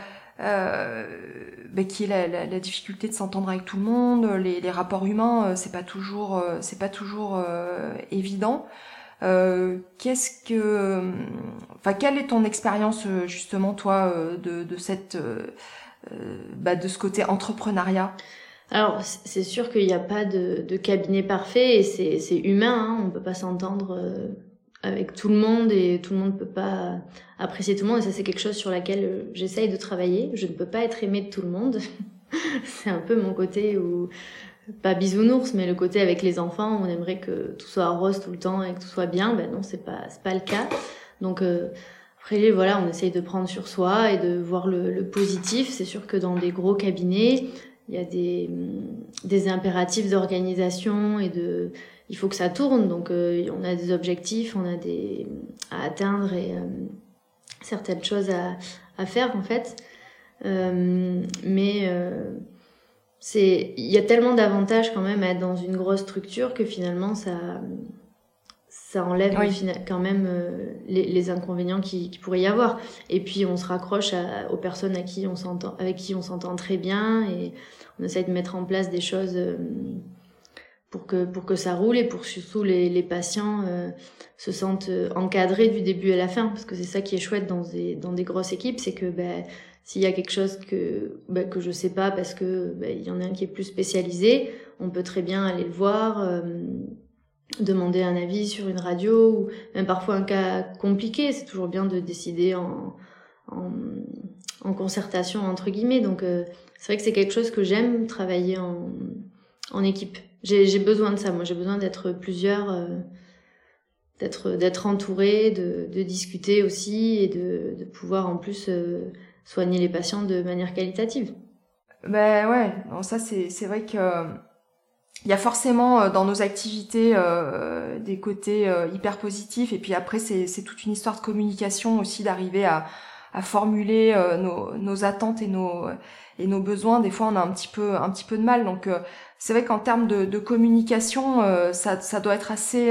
qui est la difficulté de s'entendre avec tout le monde. Les rapports humains, c'est pas toujours évident. Quelle est ton expérience justement toi de ce côté entrepreneuriat? Alors, c'est sûr qu'il n'y a pas de cabinet parfait et c'est humain, hein, on peut pas s'entendre avec tout le monde et tout le monde peut pas apprécier tout le monde et ça c'est quelque chose sur laquelle j'essaye de travailler. Je ne peux pas être aimée de tout le monde. C'est un peu mon côté où, pas bisounours, mais le côté avec les enfants, on aimerait que tout soit rose tout le temps et que tout soit bien. Ben non, c'est pas le cas. Donc, après, voilà, on essaye de prendre sur soi et de voir le positif. C'est sûr que dans des gros cabinets, il y a des impératifs d'organisation et il faut que ça tourne. Donc, on a des objectifs, on a à atteindre et certaines choses à faire, en fait. Il y a tellement d'avantages quand même à être dans une grosse structure que finalement, ça enlève quand même les inconvénients qui pourrait y avoir. Et puis, on se raccroche aux personnes avec qui on s'entend très bien et on essaye de mettre en place des choses pour que ça roule et pour surtout les patients se sentent encadrés du début à la fin. Parce que c'est ça qui est chouette dans des grosses équipes, c'est que s'il y a quelque chose que je sais pas parce que il y en a un qui est plus spécialisé, on peut très bien aller le voir, demander un avis sur une radio ou même parfois un cas compliqué. C'est toujours bien de décider en concertation entre guillemets. Donc c'est vrai que c'est quelque chose que j'aime travailler en équipe. J'ai besoin de ça. Moi, j'ai besoin d'être plusieurs, d'être entourée, de discuter aussi et de pouvoir en plus soigner les patients de manière qualitative. Ben ouais, non, ça c'est vrai que il y a forcément dans nos activités des côtés hyper positifs et puis après c'est toute une histoire de communication aussi d'arriver à formuler nos attentes et nos besoins. Des fois on a un petit peu de mal, donc c'est vrai qu'en termes de communication ça doit être assez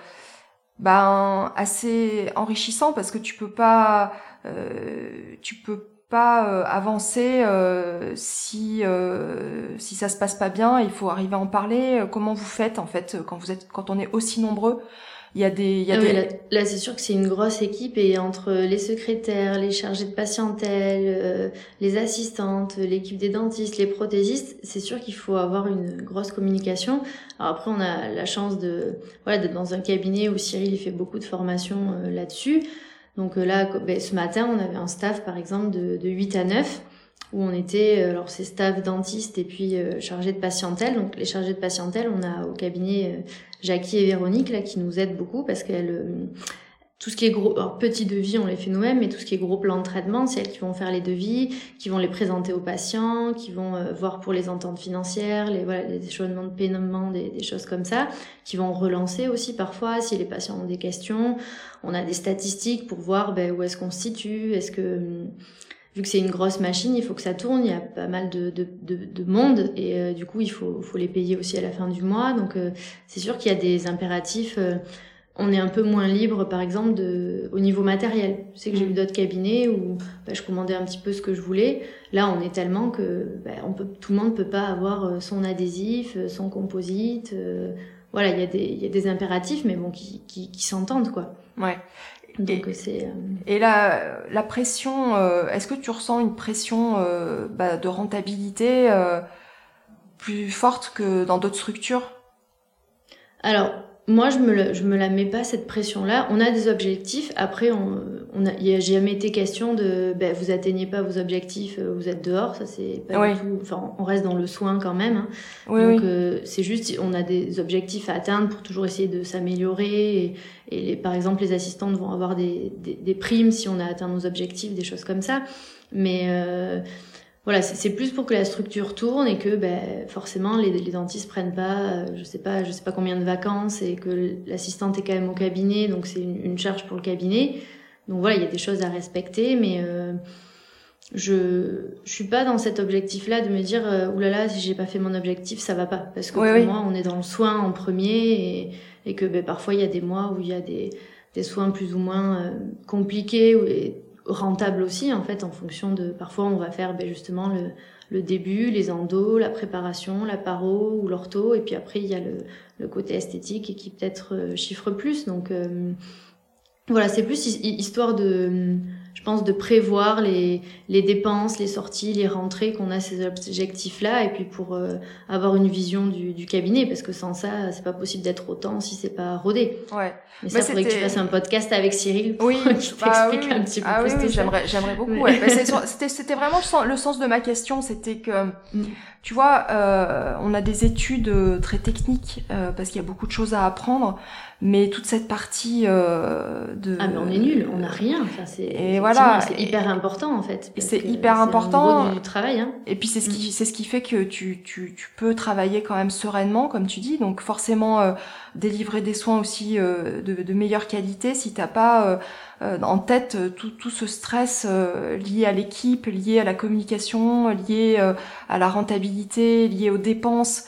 enrichissant parce que tu peux pas avancer si ça se passe pas bien. Il faut arriver à en parler. Comment vous faites en fait quand on est aussi nombreux? Il y a des Là c'est sûr que c'est une grosse équipe et entre les secrétaires, les chargés de patientèle, les assistantes, l'équipe des dentistes, les prothésistes, c'est sûr qu'il faut avoir une grosse communication. Alors après on a la chance d'être dans un cabinet où Cyril il fait beaucoup de formations là-dessus. Donc là, ce matin, on avait un staff, par exemple, de 8 à 9, où on était, alors c'est staff dentiste et puis chargé de patientèle. Donc les chargés de patientèle, on a au cabinet Jackie et Véronique, là, qui nous aident beaucoup parce qu'elles... tout ce qui est gros, alors petits devis, on les fait nous-mêmes, mais tout ce qui est gros plan de traitement, c'est elles qui vont faire les devis, qui vont les présenter aux patients, qui vont voir pour les ententes financières, les échelonnements de paiement, des choses comme ça, qui vont relancer aussi parfois si les patients ont des questions. On a des statistiques pour voir où est-ce qu'on se situe, est-ce que vu que c'est une grosse machine, il faut que ça tourne, il y a pas mal de monde et du coup il faut les payer aussi à la fin du mois. Donc c'est sûr qu'il y a des impératifs. On est un peu moins libre, par exemple, au niveau matériel. Je sais que j'ai vu d'autres cabinets où je commandais un petit peu ce que je voulais. Là, on est tellement que tout le monde peut pas avoir son adhésif, son composite. Voilà, il y a des impératifs, mais bon, qui s'entendent, quoi. Ouais. Donc Et la pression, est-ce que tu ressens une pression de rentabilité plus forte que dans d'autres structures? Alors, moi, je me la mets pas cette pression-là. On a des objectifs. Après, il y a jamais été question de, vous atteignez pas vos objectifs, vous êtes dehors. Ça, c'est pas du tout. Enfin, on reste dans le soin quand même. Hein. Oui, donc, c'est juste, on a des objectifs à atteindre pour toujours essayer de s'améliorer. Par exemple, les assistantes vont avoir des primes si on a atteint nos objectifs, des choses comme ça. Mais voilà, c'est plus pour que la structure tourne et que forcément les dentistes prennent pas je sais pas combien de vacances et que l'assistante est quand même au cabinet, donc c'est une charge pour le cabinet. Donc voilà, il y a des choses à respecter, mais je suis pas dans cet objectif-là de me dire oulala, si j'ai pas fait mon objectif, ça va pas. Parce que pour moi, on est dans le soin en premier et que parfois il y a des mois où il y a des soins plus ou moins compliqués et rentables aussi, en fait, en fonction de... Parfois, on va faire justement le début, les endos, la préparation, la paro ou l'ortho, et puis après, il y a le côté esthétique et qui peut-être chiffre plus. Donc, voilà, c'est plus histoire de... Je pense de prévoir les dépenses, les sorties, les rentrées, qu'on a ces objectifs-là, et puis pour avoir une vision du cabinet, parce que sans ça, c'est pas possible d'être autant si c'est pas rodé. Ouais. Mais ça, faudrait que tu fasses un podcast avec Cyril pour qu'il t'explique un petit peu plus tout ça. J'aimerais beaucoup. Ouais. C'était vraiment le sens de ma question, c'était que, tu vois, on a des études très techniques, parce qu'il y a beaucoup de choses à apprendre, mais toute cette partie de... Ah, mais on est nuls, on n'a rien. Enfin, et voilà, c'est hyper important, en fait. Et c'est hyper important. C'est du travail, hein. Et puis c'est ce qui fait que tu peux travailler quand même sereinement, comme tu dis. Donc forcément délivrer des soins aussi de meilleure qualité si t'as pas en tête tout ce stress lié à l'équipe, lié à la communication, lié à la rentabilité, lié aux dépenses.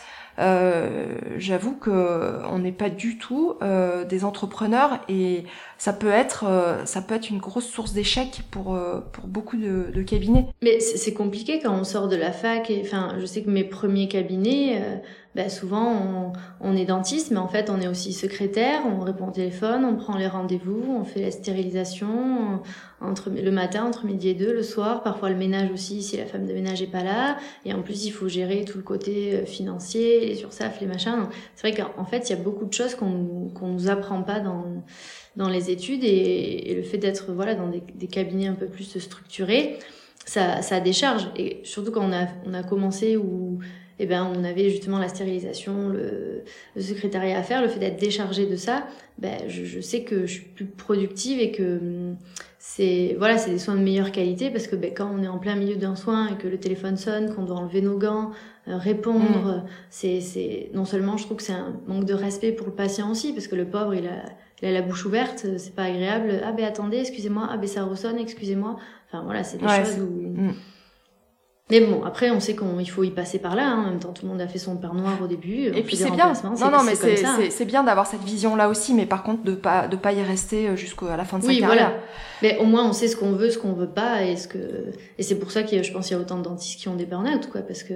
J'avoue que on n'est pas du tout des entrepreneurs, et ça peut être une grosse source d'échec pour beaucoup de cabinets. Mais c'est compliqué quand on sort de la fac. Enfin, je sais que mes premiers cabinets, souvent on est dentiste, mais en fait on est aussi secrétaire, on répond au téléphone, on prend les rendez-vous, on fait la stérilisation le matin entre midi et 2, le soir, parfois le ménage aussi si la femme de ménage est pas là, et en plus il faut gérer tout le côté financier, les URSSAF, les machins. Donc, c'est vrai qu'en fait il y a beaucoup de choses qu'on nous apprend pas dans les études, et le fait d'être dans des cabinets un peu plus structurés, ça décharge. Et surtout quand on a commencé où on avait justement la stérilisation, le secrétariat à faire, le fait d'être déchargé de ça, je sais que je suis plus productive, et que c'est des soins de meilleure qualité, parce que quand on est en plein milieu d'un soin et que le téléphone sonne, qu'on doit enlever nos gants, répondre, c'est non seulement, je trouve que c'est un manque de respect pour le patient aussi, parce que le pauvre il a la bouche ouverte, c'est pas agréable. Ah attendez, excusez-moi, ça ressonne, excusez-moi. Enfin voilà, c'est des choses où... Mais bon, après, on sait qu'il faut y passer par là, hein. En même temps, tout le monde a fait son père noir au début. Et puis c'est bien. Non, mais c'est bien d'avoir cette vision-là aussi, mais par contre, de pas y rester jusqu'à la fin de sa carrière. Voilà. Mais au moins, on sait ce qu'on veut pas, et c'est pour ça je pense qu'il y a autant de dentistes qui ont des burn-out, quoi, parce que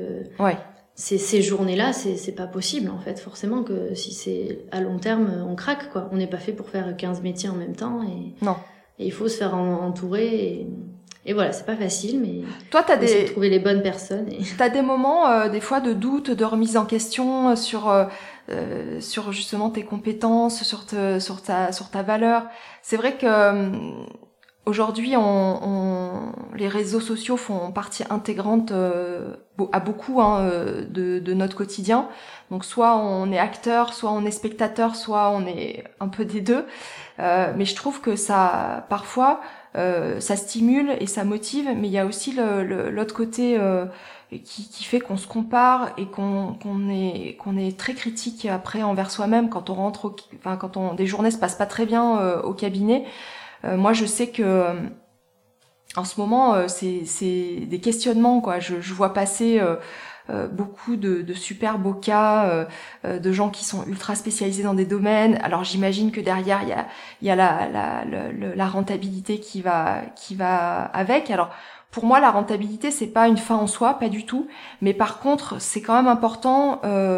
ces journées-là, c'est pas possible, en fait, forcément, que si c'est à long terme, on craque, quoi. On n'est pas fait pour faire 15 métiers en même temps, non. Et il faut se faire entourer, et voilà, c'est pas facile, mais toi, de trouver les bonnes personnes. T'as des moments, des fois, de doute, de remise en question sur justement tes compétences, sur ta valeur. C'est vrai que aujourd'hui, les réseaux sociaux font partie intégrante à beaucoup de notre quotidien. Donc soit on est acteur, soit on est spectateur, soit on est un peu des deux. Mais je trouve que ça, parfois, ça stimule et ça motive, mais il y a aussi l'autre côté qui fait qu'on se compare et qu'on est très critique après envers soi-même quand on rentre quand des journées se passent pas très bien au cabinet. Moi, je sais que en ce moment, c'est des questionnements, quoi. Je vois passer beaucoup de super beaux cas de gens qui sont ultra spécialisés dans des domaines. Alors j'imagine que derrière il y a la rentabilité qui va avec. Alors pour moi, la rentabilité, c'est pas une fin en soi, pas du tout. Mais par contre, c'est quand même important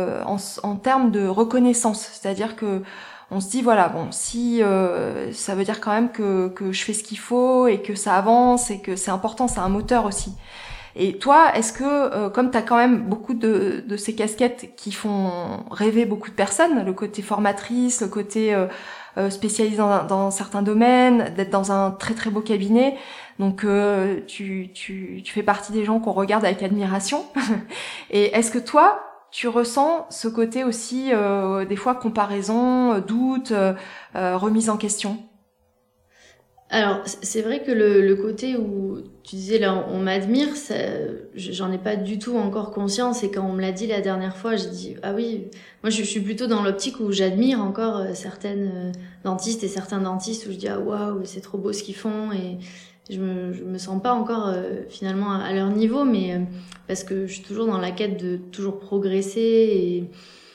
en termes de reconnaissance. C'est-à-dire que on se dit voilà, bon, si ça veut dire quand même que je fais ce qu'il faut et que ça avance et que c'est important, c'est un moteur aussi. Et toi, est-ce que, comme tu as quand même beaucoup de ces casquettes qui font rêver beaucoup de personnes, le côté formatrice, le côté spécialisé dans certains domaines, d'être dans un très très beau cabinet, donc tu fais partie des gens qu'on regarde avec admiration. Et est-ce que toi, tu ressens ce côté aussi, des fois comparaison, doute, remise en question? Alors, c'est vrai que le côté où tu disais là, on m'admire, j'en ai pas du tout encore conscience. Et quand on me l'a dit la dernière fois, j'ai dit ah oui. Moi, je suis plutôt dans l'optique où j'admire encore certaines dentistes et certains dentistes où je dis ah waouh, c'est trop beau ce qu'ils font et je me sens pas encore finalement à leur niveau, mais parce que je suis toujours dans la quête de toujours progresser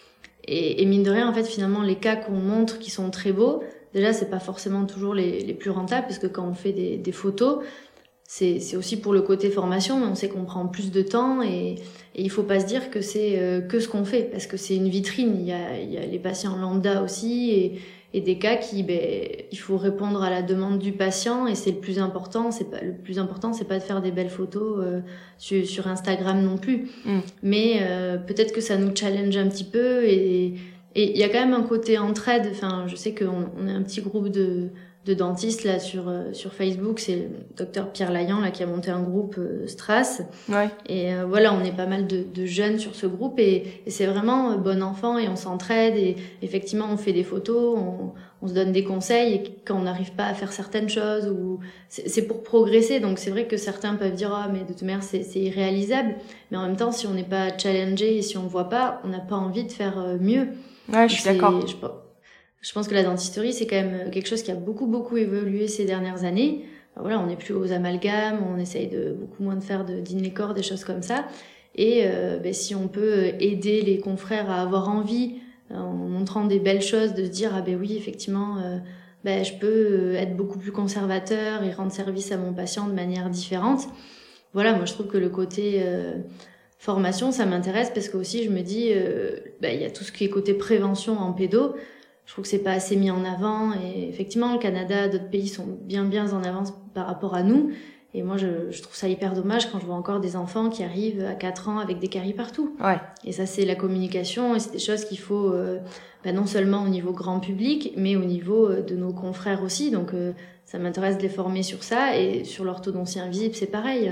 et mine de rien en fait finalement les cas qu'on montre qui sont très beaux. Déjà, c'est pas forcément toujours les plus rentables, parce que quand on fait des photos, c'est aussi pour le côté formation, mais on sait qu'on prend plus de temps et il faut pas se dire que c'est que ce qu'on fait, parce que c'est une vitrine. Il y a les patients lambda aussi et des cas qui, il faut répondre à la demande du patient et c'est le plus important. Le plus important, c'est pas de faire des belles photos sur Instagram non plus. Mais peut-être que ça nous challenge un petit peu et il y a quand même un côté entraide. Enfin, je sais qu'on est un petit groupe de dentistes là sur Facebook. C'est le docteur Pierre Laillan là qui a monté un groupe Strass. Ouais. Et voilà, on est pas mal de jeunes sur ce groupe et c'est vraiment bon enfant et on s'entraide et effectivement on fait des photos, on se donne des conseils et quand on n'arrive pas à faire certaines choses ou c'est pour progresser. Donc c'est vrai que certains peuvent dire ah mais de toute manière c'est irréalisable, mais en même temps si on n'est pas challengé et si on voit pas, on n'a pas envie de faire mieux. Ouais, je suis d'accord. Je pense que la dentisterie, c'est quand même quelque chose qui a beaucoup évolué ces dernières années. Alors voilà, on n'est plus aux amalgames, on essaye de beaucoup moins de faire d'inécor, des choses comme ça. Et si on peut aider les confrères à avoir envie, en montrant des belles choses, de se dire ah ben oui, effectivement, je peux être beaucoup plus conservateur et rendre service à mon patient de manière différente. Voilà, moi je trouve que le côté formation, ça m'intéresse parce que aussi je me dis, il y a tout ce qui est côté prévention en pédo. Je trouve que c'est pas assez mis en avant et effectivement le Canada, d'autres pays sont bien en avance par rapport à nous. Et moi je trouve ça hyper dommage quand je vois encore des enfants qui arrivent à 4 ans avec des caries partout. Ouais. Et ça c'est la communication et c'est des choses qu'il faut non seulement au niveau grand public mais au niveau de nos confrères aussi. Donc ça m'intéresse de les former sur ça et sur l'orthodontie invisible c'est pareil.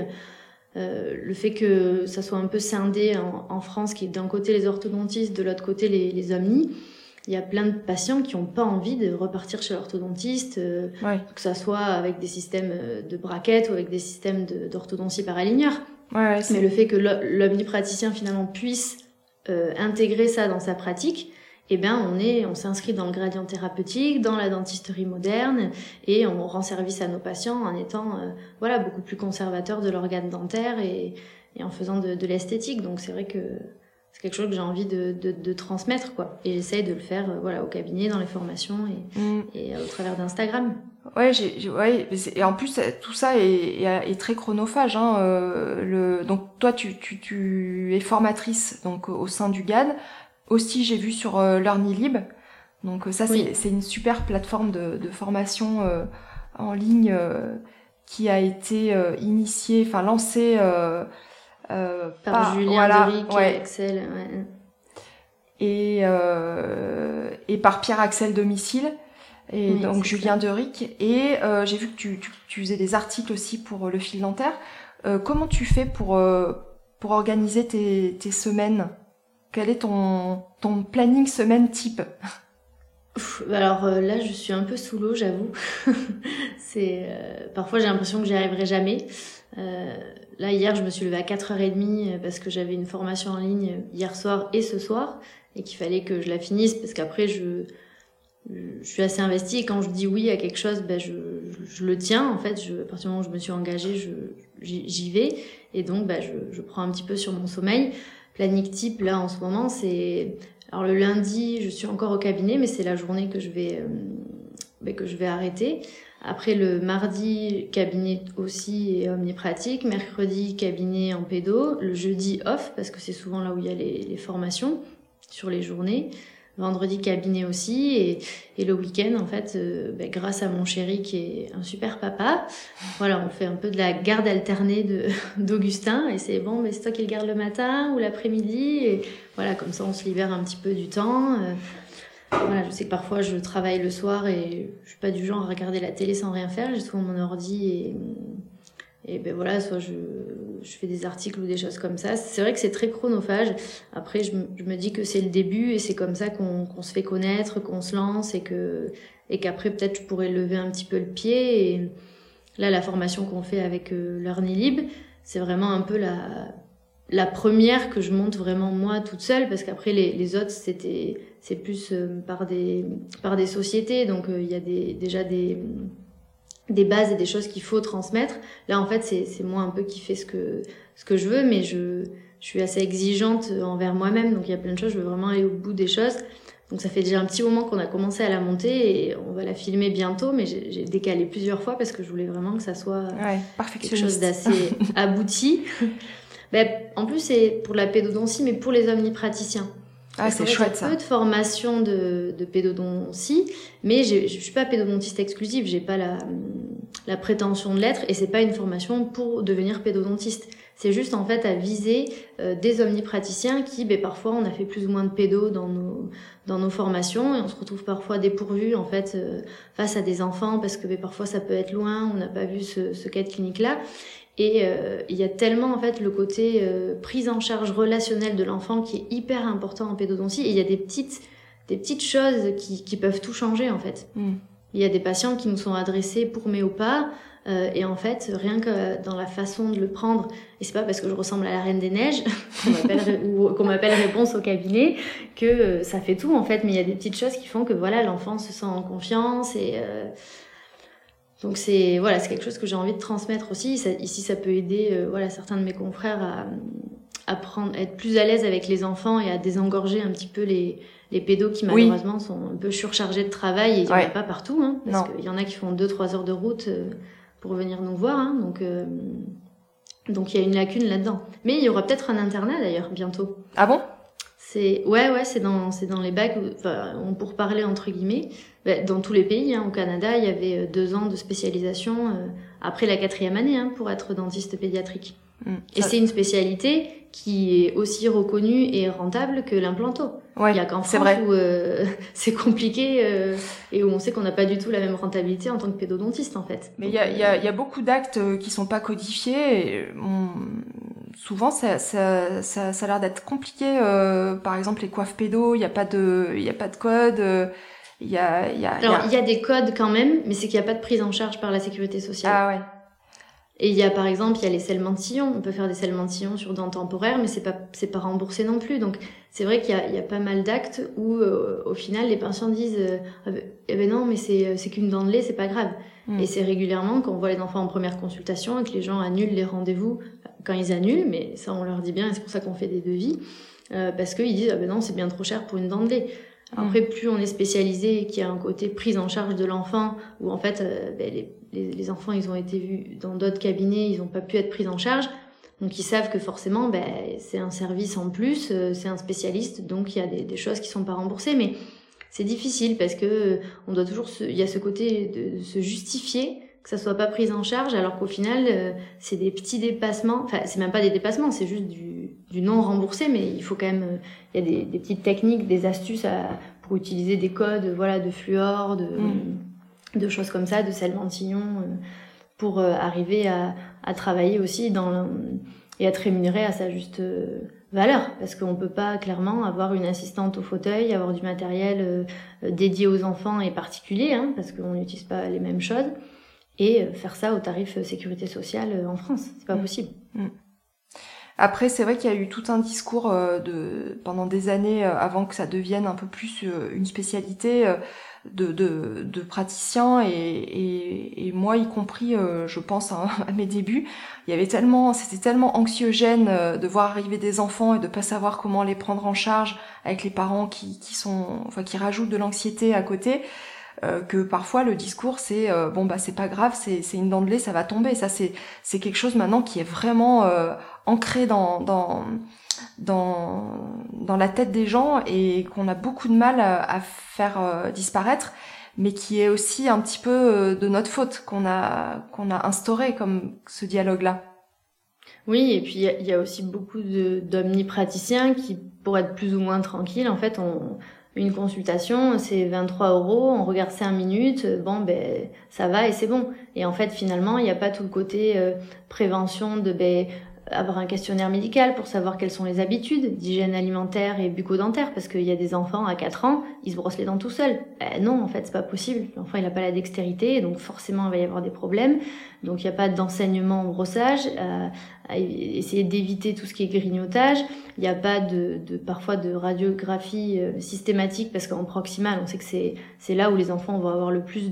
Le fait que ça soit un peu scindé en France, qui est d'un côté les orthodontistes, de l'autre côté les omnis, il y a plein de patients qui n'ont pas envie de repartir chez l'orthodontiste, que ça soit avec des systèmes de braquettes ou avec des systèmes d'orthodontie par aligneur. Ouais, mais le fait que l'omnipraticien finalement puisse intégrer ça dans sa pratique, on s'inscrit dans le gradient thérapeutique, dans la dentisterie moderne, et on rend service à nos patients en étant beaucoup plus conservateur de l'organe dentaire et en faisant de l'esthétique. Donc c'est vrai que c'est quelque chose que j'ai envie de transmettre, quoi. Et j'essaye de le faire au cabinet, dans les formations et au travers d'Instagram. Ouais, et en plus tout ça est très chronophage. Donc toi tu es formatrice donc au sein du GAD. Aussi, j'ai vu sur LearnyLib. Donc ça, c'est une super plateforme de formation en ligne qui a été lancée par Julien Deric et Axel. Ouais. Et par Pierre-Axel Domicile. Et donc Julien Deric. Et j'ai vu que tu faisais des articles aussi pour le fil dentaire. Comment tu fais pour organiser tes semaines ? Quel est ton planning semaine type ? Alors là, je suis un peu sous l'eau, j'avoue. Parfois, j'ai l'impression que j'y arriverai jamais. Là, hier, je me suis levée à 4h30 parce que j'avais une formation en ligne hier soir et ce soir et qu'il fallait que je la finisse parce qu'après, je suis assez investie et quand je dis oui à quelque chose, je le tiens. En fait, à partir du moment où je me suis engagée, j'y vais et donc je prends un petit peu sur mon sommeil. Planning type, là, en ce moment, alors le lundi, je suis encore au cabinet, mais c'est la journée que je vais arrêter. Après, le mardi, cabinet aussi et omnipratique. Mercredi, cabinet en pédo. Le jeudi, off, parce que c'est souvent là où il y a les formations sur les journées. Vendredi, cabinet aussi. Et le week-end, en fait, grâce à mon chéri qui est un super papa, voilà, on fait un peu de la garde alternée d'Augustin. Et c'est bon, mais c'est toi qui le garde le matin ou l'après-midi. Et voilà, comme ça, on se libère un petit peu du temps. Voilà, je sais que parfois, je travaille le soir et je suis pas du genre à regarder la télé sans rien faire. J'ai souvent mon ordi et voilà, soit je fais des articles ou des choses comme ça. C'est vrai que c'est très chronophage. Après, je me dis que c'est le début et c'est comme ça qu'on se fait connaître, qu'on se lance et qu'après peut-être je pourrais lever un petit peu le pied. Et là, la formation qu'on fait avec LearnyLib, c'est vraiment un peu la première que je monte vraiment moi toute seule, parce qu'après les autres c'est plus par des sociétés, donc il y a déjà des bases et des choses qu'il faut transmettre. Là en fait c'est moi un peu qui fais ce que je veux, mais je suis assez exigeante envers moi-même, donc il y a plein de choses, je veux vraiment aller au bout des choses. Donc ça fait déjà un petit moment qu'on a commencé à la monter et on va la filmer bientôt, mais j'ai décalé plusieurs fois parce que je voulais vraiment que ça soit quelque chose d'assez abouti. En plus c'est pour la pédodontie, mais pour les omnipraticiens. C'est chouette ça. J'ai peu de formation de pédodontie, mais je suis pas pédodontiste exclusive, j'ai pas la prétention de l'être, et c'est pas une formation pour devenir pédodontiste. C'est juste en fait à viser des omnipraticiens qui, parfois on a fait plus ou moins de pédo dans nos formations et on se retrouve parfois dépourvu en fait face à des enfants parce que parfois ça peut être loin, on n'a pas vu ce cas de clinique là. Et il y a tellement en fait le côté prise en charge relationnelle de l'enfant qui est hyper important en pédodontie, et il y a des petites choses qui peuvent tout changer en fait. Il y a des patients qui nous sont adressés pour Méopa, et en fait rien que dans la façon de le prendre, et c'est pas parce que je ressemble à la Reine des Neiges qu'on m'appelle réponse au cabinet que ça fait tout en fait, mais il y a des petites choses qui font que voilà, l'enfant se sent en confiance, et donc c'est quelque chose que j'ai envie de transmettre aussi. Ici ça peut aider certains de mes confrères à être plus à l'aise avec les enfants et à désengorger un petit peu les pédos qui malheureusement sont un peu surchargés de travail, et il y en a pas partout, hein, parce qu'il y en a qui font 2-3 heures de route pour venir nous voir, hein, donc il y a une lacune là-dedans. Mais il y aura peut-être un internat d'ailleurs bientôt. Ah bon? C'est dans les bacs, on pour parler entre guillemets. Dans tous les pays, hein, au Canada, il y avait 2 ans de spécialisation après la 4e année, hein, pour être dentiste pédiatrique. Et c'est une spécialité qui est aussi reconnue et rentable que l'implanto. Il y a qu'en France où c'est compliqué et où on sait qu'on n'a pas du tout la même rentabilité en tant que pédodontiste en fait. Mais il y a beaucoup d'actes qui sont pas codifiés. Et souvent ça a l'air d'être compliqué. Par exemple les coiffes pédo, il y a pas de code. Il y a des codes quand même, mais c'est qu'il n'y a pas de prise en charge par la sécurité sociale. Ah ouais. Et il y a les scellements de sillons. On peut faire des scellements de sillons sur dents temporaires, mais c'est pas remboursé non plus. Donc c'est vrai qu'il y a pas mal d'actes où au final les patients disent non, mais c'est qu'une dent de lait, c'est pas grave. Et c'est régulièrement quand on voit les enfants en première consultation et que les gens annulent les rendez-vous quand ils annulent, mais ça on leur dit bien, et c'est pour ça qu'on fait des devis, parce qu'ils disent non, c'est bien trop cher pour une dent de lait. Après, plus on est spécialisé et qu'il y a un côté prise en charge de l'enfant, où en fait les enfants ils ont été vus dans d'autres cabinets, ils n'ont pas pu être pris en charge, donc ils savent que forcément c'est un service en plus, c'est un spécialiste, donc il y a des choses qui sont pas remboursées, mais c'est difficile parce que on doit toujours il y a ce côté de se justifier que ça soit pas pris en charge, alors qu'au final c'est des petits dépassements, enfin c'est même pas des dépassements, c'est juste du non remboursé, mais il faut quand même il y a des petites techniques, des astuces pour utiliser des codes de fluor, de choses comme ça, de scellement de sillons, pour arriver à travailler aussi et être rémunéré à sa juste valeur, parce qu'on peut pas clairement avoir une assistante au fauteuil, avoir du matériel dédié aux enfants et particulier, hein, parce qu'on n'utilise pas les mêmes choses, et faire ça au tarif sécurité sociale en France, c'est pas possible. Après, c'est vrai qu'il y a eu tout un discours pendant des années avant que ça devienne un peu plus une spécialité de praticiens, et moi y compris, je pense à mes débuts, c'était tellement anxiogène de voir arriver des enfants et de pas savoir comment les prendre en charge, avec les parents qui rajoutent de l'anxiété à côté. Que parfois le discours c'est c'est pas grave, c'est une dent de lait, ça va tomber. Ça c'est quelque chose maintenant qui est vraiment ancré dans la tête des gens, et qu'on a beaucoup de mal à faire disparaître, mais qui est aussi un petit peu de notre faute qu'on a instauré comme ce dialogue là. Oui, et puis il y a aussi beaucoup d'omnipraticiens qui, pour être plus ou moins tranquilles, en fait une consultation, c'est 23 €, on regarde 5 minutes, ça va et c'est bon. Et en fait, finalement, il n'y a pas tout le côté prévention de avoir un questionnaire médical pour savoir quelles sont les habitudes d'hygiène alimentaire et bucco-dentaire, parce qu'il y a des enfants à 4 ans, ils se brossent les dents tout seuls. Non, en fait, c'est pas possible. L'enfant, il n'a pas la dextérité, donc forcément, il va y avoir des problèmes. Donc, il n'y a pas d'enseignement au brossage, à essayer d'éviter tout ce qui est grignotage. Il n'y a pas parfois de radiographie systématique, parce qu'en proximal, on sait que c'est là où les enfants vont avoir le plus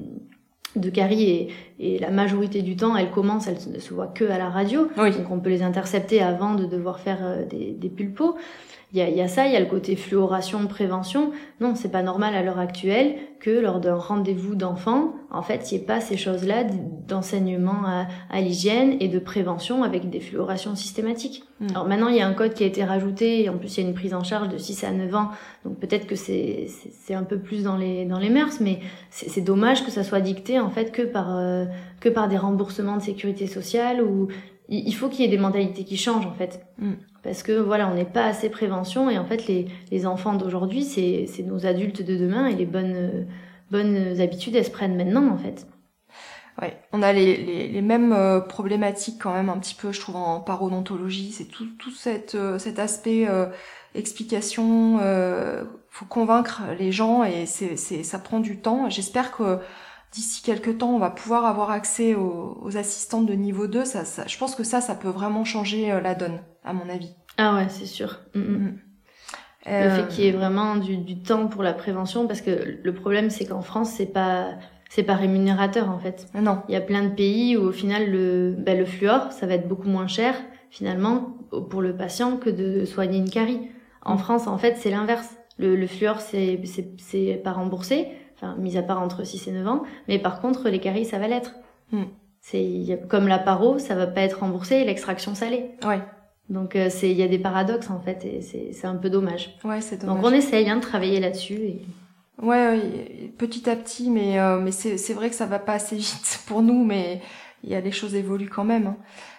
de caries et la majorité du temps, elles ne se voient que à la radio. Oui. Donc on peut les intercepter avant de devoir faire des pulpos. Il y a ça, il y a le côté fluoration, prévention. Non, c'est pas normal à l'heure actuelle que lors d'un rendez-vous d'enfant, en fait, il n'y ait pas ces choses-là d'enseignement à l'hygiène et de prévention avec des fluorations systématiques. Alors maintenant, il y a un code qui a été rajouté et en plus, il y a une prise en charge de 6 à 9 ans. Donc peut-être que c'est un peu plus dans les mœurs, mais c'est dommage que ça soit dicté en fait que par des remboursements de sécurité sociale ou il faut qu'il y ait des mentalités qui changent en fait. Parce que voilà, on n'est pas assez prévention et en fait les enfants d'aujourd'hui, c'est nos adultes de demain et les bonnes habitudes, elles se prennent maintenant en fait. Ouais, on a les mêmes problématiques quand même un petit peu, je trouve, en parodontologie. C'est tout cet aspect explication. Faut convaincre les gens et ça prend du temps. J'espère que d'ici quelques temps, on va pouvoir avoir accès aux assistantes de niveau 2. Je pense que ça peut vraiment changer la donne, à mon avis. Ah ouais, c'est sûr. Le fait qu'il y ait vraiment du temps pour la prévention, parce que le problème, c'est qu'en France, c'est pas rémunérateur, en fait. Non. Il y a plein de pays où, au final, le fluor, ça va être beaucoup moins cher, finalement, pour le patient que de soigner une carie. En France, en fait, c'est l'inverse. Le fluor, c'est pas remboursé. Enfin, mis à part entre 6 et 9 ans. Mais par contre, les caries, ça va l'être. Comme la paro, ça va pas être remboursé et l'extraction salée. Ouais. Donc, il y a des paradoxes, en fait, et c'est un peu dommage. Ouais, c'est dommage. Donc, on essaye, de travailler là-dessus. Ouais, petit à petit, mais c'est vrai que ça va pas assez vite pour nous, mais les choses évoluent quand même.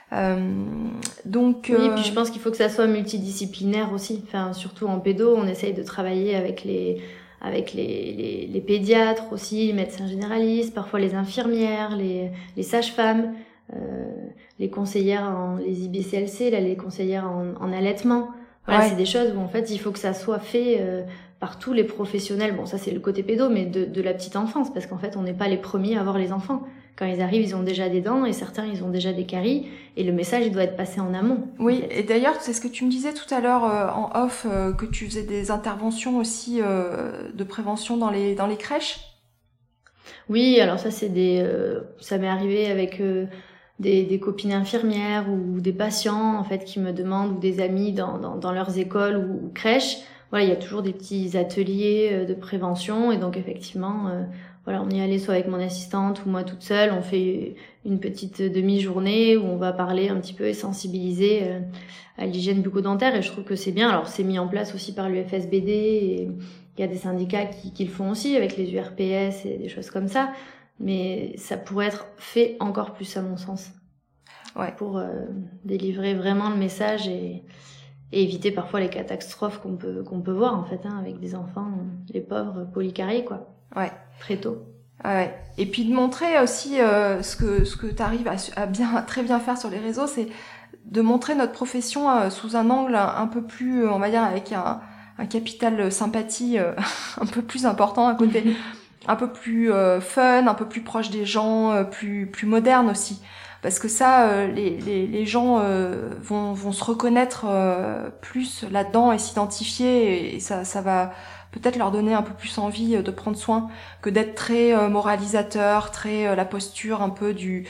Donc. Oui, puis je pense qu'il faut que ça soit multidisciplinaire aussi. Enfin, surtout en pédo, on essaye de travailler avec les pédiatres aussi, les médecins généralistes, parfois les infirmières, les sages-femmes, les conseillères les IBCLC, là, les conseillères en allaitement. Voilà, ouais. C'est des choses où en fait il faut que ça soit fait par tous les professionnels. Bon, ça c'est le côté pédo, mais de la petite enfance, parce qu'en fait on n'est pas les premiers à avoir les enfants. Quand ils arrivent, ils ont déjà des dents et certains ils ont déjà des caries et le message il doit être passé en amont. Oui, en fait. Et d'ailleurs c'est ce que tu me disais tout à l'heure en off, que tu faisais des interventions aussi de prévention dans les crèches. Oui, alors ça c'est ça m'est arrivé avec des copines infirmières ou des patients en fait qui me demandent, ou des amis dans leurs écoles ou crèches. Voilà, il y a toujours des petits ateliers de prévention et donc effectivement voilà, on y allait soit avec mon assistante ou moi toute seule. On fait une petite demi-journée où on va parler un petit peu et sensibiliser à l'hygiène bucco-dentaire et je trouve que c'est bien. Alors c'est mis en place aussi par l'UFSBD et il y a des syndicats qui le font aussi avec les URPS et des choses comme ça. Mais ça pourrait être fait encore plus à mon sens. Ouais. Pour délivrer vraiment le message et éviter parfois les catastrophes qu'on peut voir en fait avec des enfants, les pauvres polycariés quoi. Ouais. Très tôt. Ouais. Et puis de montrer aussi ce que tu arrives à très bien faire sur les réseaux, c'est de montrer notre profession sous un angle un peu plus, on va dire, avec un capital sympathie un peu plus important, à côté un peu plus fun, un peu plus proche des gens, plus moderne aussi. Parce que ça, les gens vont se reconnaître plus là-dedans et s'identifier, et ça va peut-être leur donner un peu plus envie de prendre soin que d'être très moralisateur, très la posture un peu du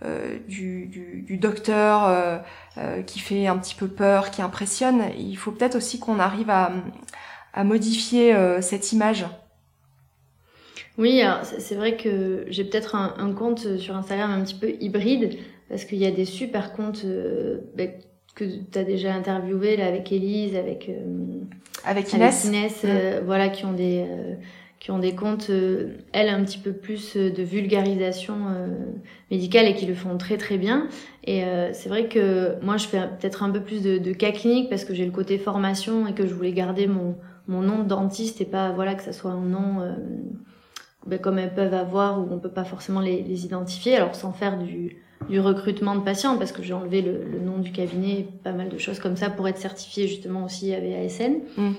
docteur qui fait un petit peu peur, qui impressionne. Il faut peut-être aussi qu'on arrive à modifier cette image. Oui, alors c'est vrai que j'ai peut-être un compte sur Instagram un petit peu hybride, parce qu'il y a des super comptes que tu as déjà interviewé là avec Élise, avec Inès, voilà, qui ont des comptes elles un petit peu plus de vulgarisation médicale et qui le font très très bien. Et c'est vrai que moi je fais peut-être un peu plus de cas cliniques parce que j'ai le côté formation et que je voulais garder mon nom de dentiste et pas voilà que ça soit un nom comme elles peuvent avoir où on peut pas forcément les identifier, alors sans faire du recrutement de patients, parce que j'ai enlevé le nom du cabinet, pas mal de choses comme ça pour être certifiée justement aussi AVASN.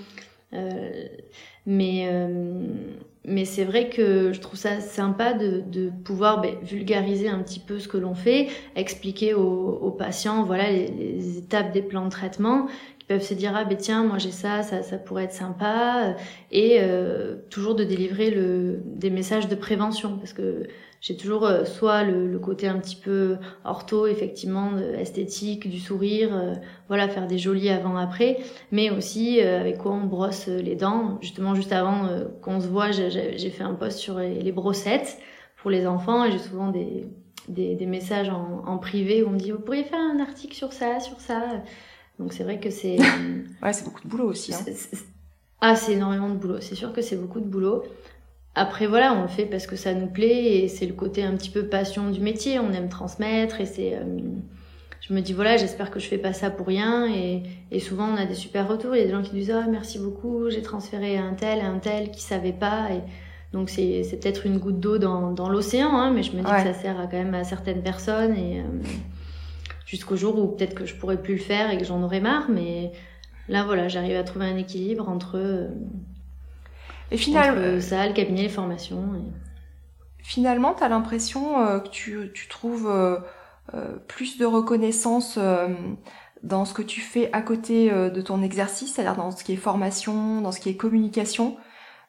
Mais c'est vrai que je trouve ça sympa de pouvoir vulgariser un petit peu ce que l'on fait, expliquer aux patients voilà les étapes des plans de traitement, qui peuvent se dire tiens, moi j'ai ça pourrait être sympa, et toujours de délivrer des messages de prévention, parce que j'ai toujours soit le côté un petit peu ortho, effectivement, esthétique, du sourire, voilà, faire des jolis avant-après, mais aussi avec quoi on brosse les dents. Justement, juste avant qu'on se voit, j'ai fait un post sur les brossettes pour les enfants, et j'ai souvent des messages en privé où on me dit « Vous pourriez faire un article sur ça ?» Donc c'est vrai que c'est... Ouais, c'est beaucoup de boulot aussi. C'est énormément de boulot. C'est sûr que c'est beaucoup de boulot. Après, voilà, on le fait parce que ça nous plaît, et c'est le côté un petit peu passion du métier. On aime transmettre, et c'est... je me dis, voilà, j'espère que je fais pas ça pour rien, et souvent on a des super retours. Il y a des gens qui disent, merci beaucoup, j'ai transféré à un tel qui savait pas, et donc c'est peut-être une goutte d'eau dans l'océan, hein, mais je me dis que ça sert quand même à certaines personnes, et jusqu'au jour où peut-être que je pourrais plus le faire et que j'en aurais marre, mais là, voilà, j'arrive à trouver un équilibre entre... Et finalement, entre ça, le cabinet, les formations. Finalement, tu as l'impression que tu trouves plus de reconnaissance dans ce que tu fais à côté de ton exercice, c'est-à-dire dans ce qui est formation, dans ce qui est communication,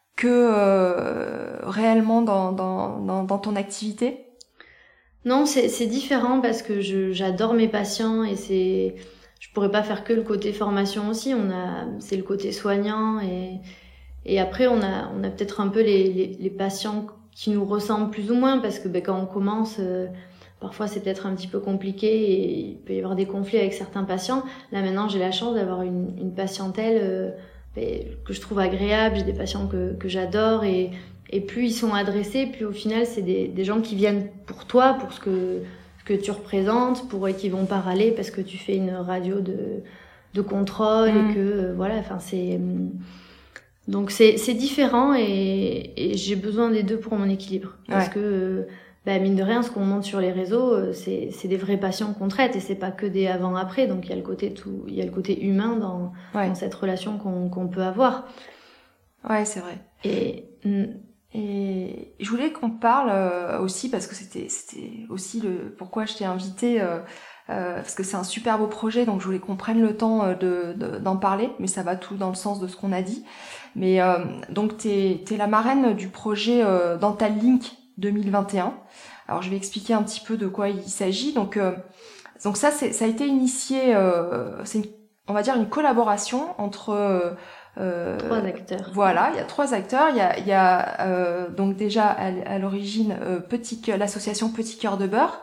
que réellement dans ton activité? Non, c'est différent, parce que j'adore mes patients, et je pourrais pas faire que le côté formation aussi. C'est le côté soignant, et après, on a peut-être un peu les patients qui nous ressemblent plus ou moins, parce que quand on commence, parfois c'est peut-être un petit peu compliqué, et il peut y avoir des conflits avec certains patients. Là, maintenant, j'ai la chance d'avoir une patientèle que je trouve agréable. J'ai des patients que j'adore, et plus ils sont adressés, plus au final, c'est des gens qui viennent pour toi, pour ce que tu représentes, et qui vont pas râler parce que tu fais une radio de contrôle, et que, voilà, enfin, c'est... Donc c'est différent, et j'ai besoin des deux pour mon équilibre, parce que mine de rien, ce qu'on monte sur les réseaux, c'est des vrais patients qu'on traite, et c'est pas que des avant-après. Donc il y a le côté humain dans cette relation qu'on peut avoir. Ouais, c'est vrai. Et je voulais qu'on parle aussi, parce que c'était aussi pourquoi je t'ai invitée, parce que c'est un super beau projet, donc je voulais qu'on prenne le temps d'en parler, mais ça va tout dans le sens de ce qu'on a dit. Mais donc t'es la marraine du projet Dental Link 2021. Alors je vais expliquer un petit peu de quoi il s'agit. Donc ça a été initié, on va dire une collaboration entre 3 acteurs. Voilà, il y a 3 acteurs. Il y a donc déjà à l'origine l'association Petit Cœur de Beurre,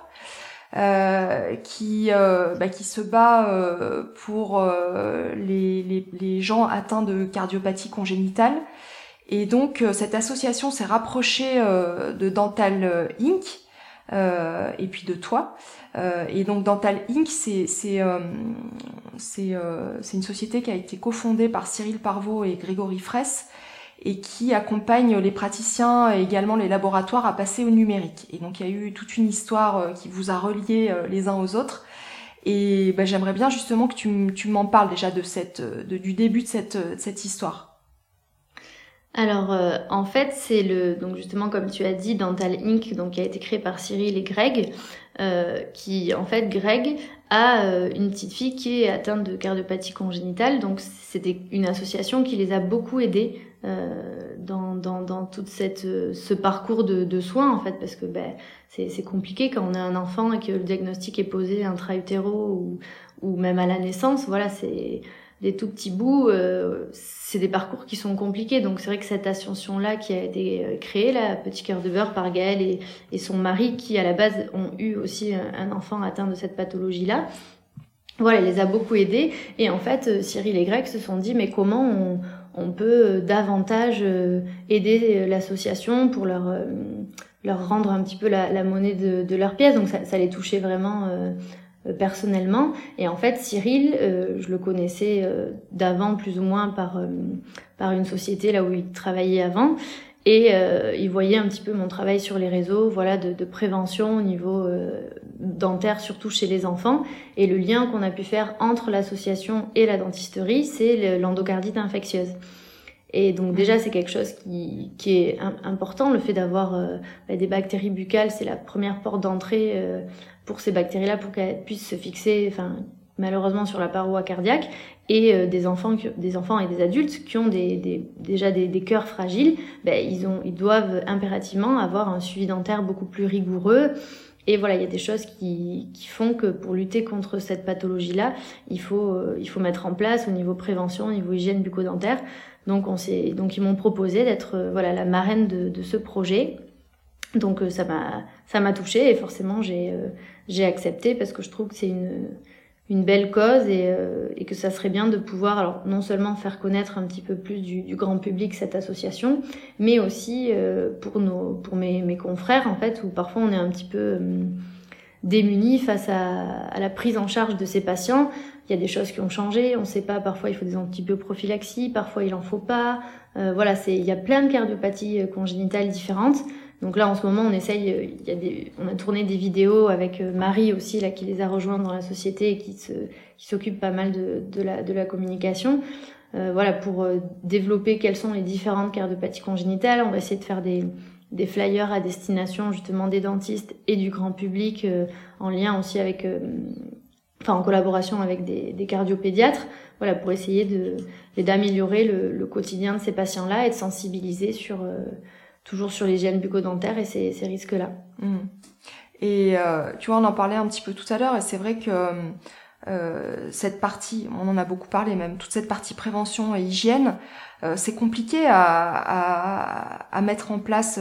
qui se bat pour les gens atteints de cardiopathie congénitale. Et donc cette association s'est rapprochée de Dental Inc. Et puis de toi. Et donc Dental Inc. c'est une société qui a été cofondée par Cyril Parvaux et Grégory Fraisse, et qui accompagne les praticiens et également les laboratoires à passer au numérique. Et donc il y a eu toute une histoire qui vous a reliés les uns aux autres. Et j'aimerais bien justement que tu m'en parles déjà du début de cette histoire. Alors en fait, c'est donc justement, comme tu as dit, Dental Inc., donc qui a été créé par Cyril et Greg, qui en fait, Greg a une petite fille qui est atteinte de cardiopathie congénitale. Donc c'était une association qui les a beaucoup aidés dans toute ce parcours de soins, en fait, parce que c'est compliqué quand on a un enfant et que le diagnostic est posé intra-utéro ou même à la naissance. Voilà, c'est des tout petits bouts, c'est des parcours qui sont compliqués. Donc c'est vrai que cette association-là qui a été créée, là, Petit Cœur de Beurre, par Gaëlle et son mari, qui à la base ont eu aussi un enfant atteint de cette pathologie-là, voilà, il les a beaucoup aidés. Et en fait, Cyril et Greg se sont dit, mais comment on peut davantage aider l'association pour leur rendre un petit peu la monnaie de leur pièce. Donc ça les touchait vraiment personnellement. Et en fait, Cyril, je le connaissais d'avant plus ou moins par une société là où il travaillait avant. Et ils voyaient un petit peu mon travail sur les réseaux, voilà, de prévention au niveau dentaire, surtout chez les enfants. Et le lien qu'on a pu faire entre l'association et la dentisterie, c'est l'endocardite infectieuse. Et donc déjà, c'est quelque chose qui est important. Le fait d'avoir des bactéries buccales, c'est la première porte d'entrée pour ces bactéries-là, pour qu'elles puissent se fixer, malheureusement, sur la paroi cardiaque. Et des enfants et des adultes qui ont déjà des cœurs fragiles, ils doivent impérativement avoir un suivi dentaire beaucoup plus rigoureux. Et voilà, il y a des choses qui font que pour lutter contre cette pathologie-là, il faut mettre en place au niveau prévention, au niveau hygiène bucco-dentaire. Donc ils m'ont proposé d'être la marraine de ce projet. Donc ça m'a touchée et forcément j'ai accepté parce que je trouve que c'est une belle cause et que ça serait bien de pouvoir alors non seulement faire connaître un petit peu plus du grand public cette association, mais aussi pour mes confrères en fait, où parfois on est un petit peu démunis face à la prise en charge de ces patients. Il y a des choses qui ont changé, on ne sait pas, parfois il faut des antibioprophylaxies, parfois il en faut pas. Il y a plein de cardiopathies congénitales différentes. Donc là, en ce moment, on essaye, on a tourné des vidéos avec Marie aussi, là, qui les a rejoints dans la société et qui s'occupe pas mal de la communication. Pour développer quelles sont les différentes cardiopathies congénitales. On va essayer de faire des flyers à destination, justement, des dentistes et du grand public, en lien aussi avec, en collaboration avec des cardiopédiatres. Voilà, pour essayer d'améliorer le quotidien de ces patients-là et de sensibiliser toujours sur l'hygiène bucco-dentaire et ces risques-là. Et tu vois, on en parlait un petit peu tout à l'heure, et c'est vrai que cette partie, on en a beaucoup parlé même, toute cette partie prévention et hygiène, c'est compliqué à mettre en place.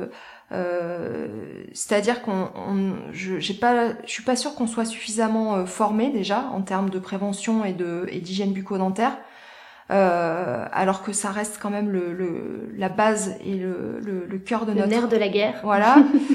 C'est-à-dire je suis pas sûre qu'on soit suffisamment formé déjà en termes de prévention et d'hygiène bucco-dentaire. Alors que ça reste quand même la base et le cœur de le nerf de la guerre. Voilà.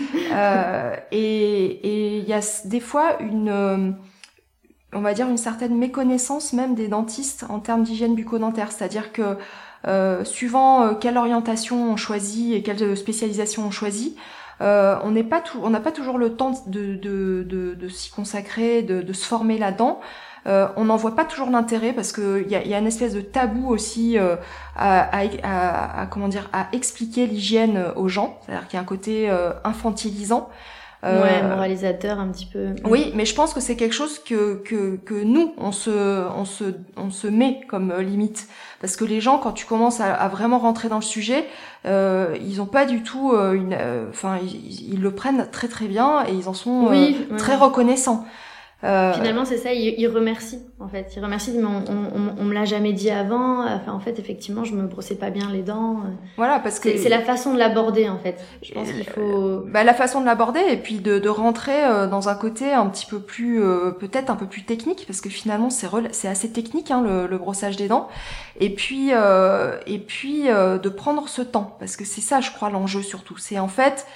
Et il y a des fois on va dire une certaine méconnaissance même des dentistes en termes d'hygiène bucco-dentaire. C'est-à-dire que suivant quelle orientation on choisit et quelle spécialisation on choisit, on n'a pas toujours le temps de s'y consacrer, de se former là-dedans. On n'en voit pas toujours l'intérêt parce que il y a une espèce de tabou aussi à expliquer l'hygiène aux gens. C'est-à-dire qu'il y a un côté infantilisant. Moralisateur un petit peu. Oui, mais je pense que c'est quelque chose que nous on se met comme limite, parce que les gens, quand tu commences à vraiment rentrer dans le sujet, ils ont pas du tout ils le prennent très très bien et ils en sont très reconnaissants. Finalement, c'est ça, ils remercient, en fait. Ils remercient, mais on me l'a jamais dit avant. Enfin, en fait, effectivement, je me brossais pas bien les dents. Voilà, parce que... C'est la façon de l'aborder, en fait. Je pense qu'il faut... la façon de l'aborder, et puis de rentrer dans un côté un petit peu plus... peut-être un peu plus technique, parce que finalement, c'est assez technique, hein, le brossage des dents. Et puis de prendre ce temps, parce que c'est ça, je crois, l'enjeu surtout. C'est en fait...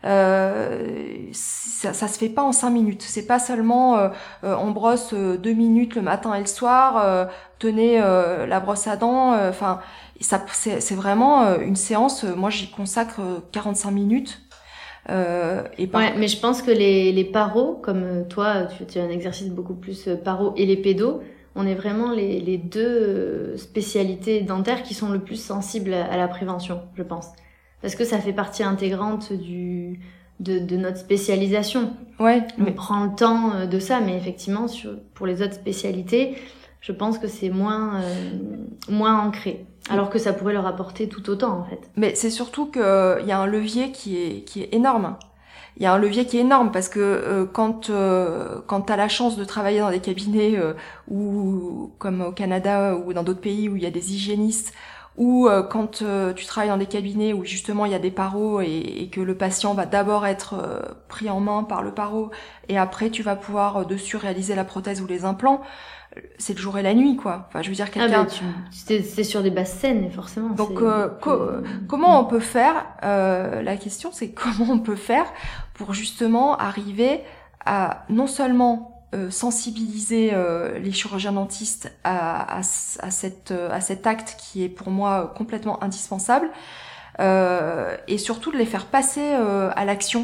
ça se fait pas en 5 minutes. C'est pas seulement on brosse 2 minutes le matin et le soir, tenez la brosse à dents. C'est vraiment une séance. Moi, j'y consacre 45 minutes. Mais je pense que les paros, comme toi, tu as un exercice beaucoup plus paro, et les pédos, on est vraiment les deux spécialités dentaires qui sont le plus sensibles à la prévention, je pense. Parce que ça fait partie intégrante de notre spécialisation. Ouais. On prend le temps de ça, mais effectivement, pour les autres spécialités, je pense que c'est moins ancré. Alors que ça pourrait leur apporter tout autant, en fait. Mais c'est surtout qu'il y a un levier qui est énorme. Il y a un levier qui est énorme parce que quand t'as la chance de travailler dans des cabinets ou comme au Canada ou dans d'autres pays où il y a des hygiénistes, ou quand tu travailles dans des cabinets où justement il y a des paros et que le patient va d'abord être pris en main par le paro et après tu vas pouvoir dessus réaliser la prothèse ou les implants, c'est le jour et la nuit, quoi. Enfin, je veux dire, quelqu'un... c'est sur des basses scènes, forcément. Donc, comment on peut faire la question, c'est comment on peut faire pour justement arriver à non seulement sensibiliser les chirurgiens dentistes à cet acte qui est pour moi complètement indispensable, et surtout de les faire passer à l'action?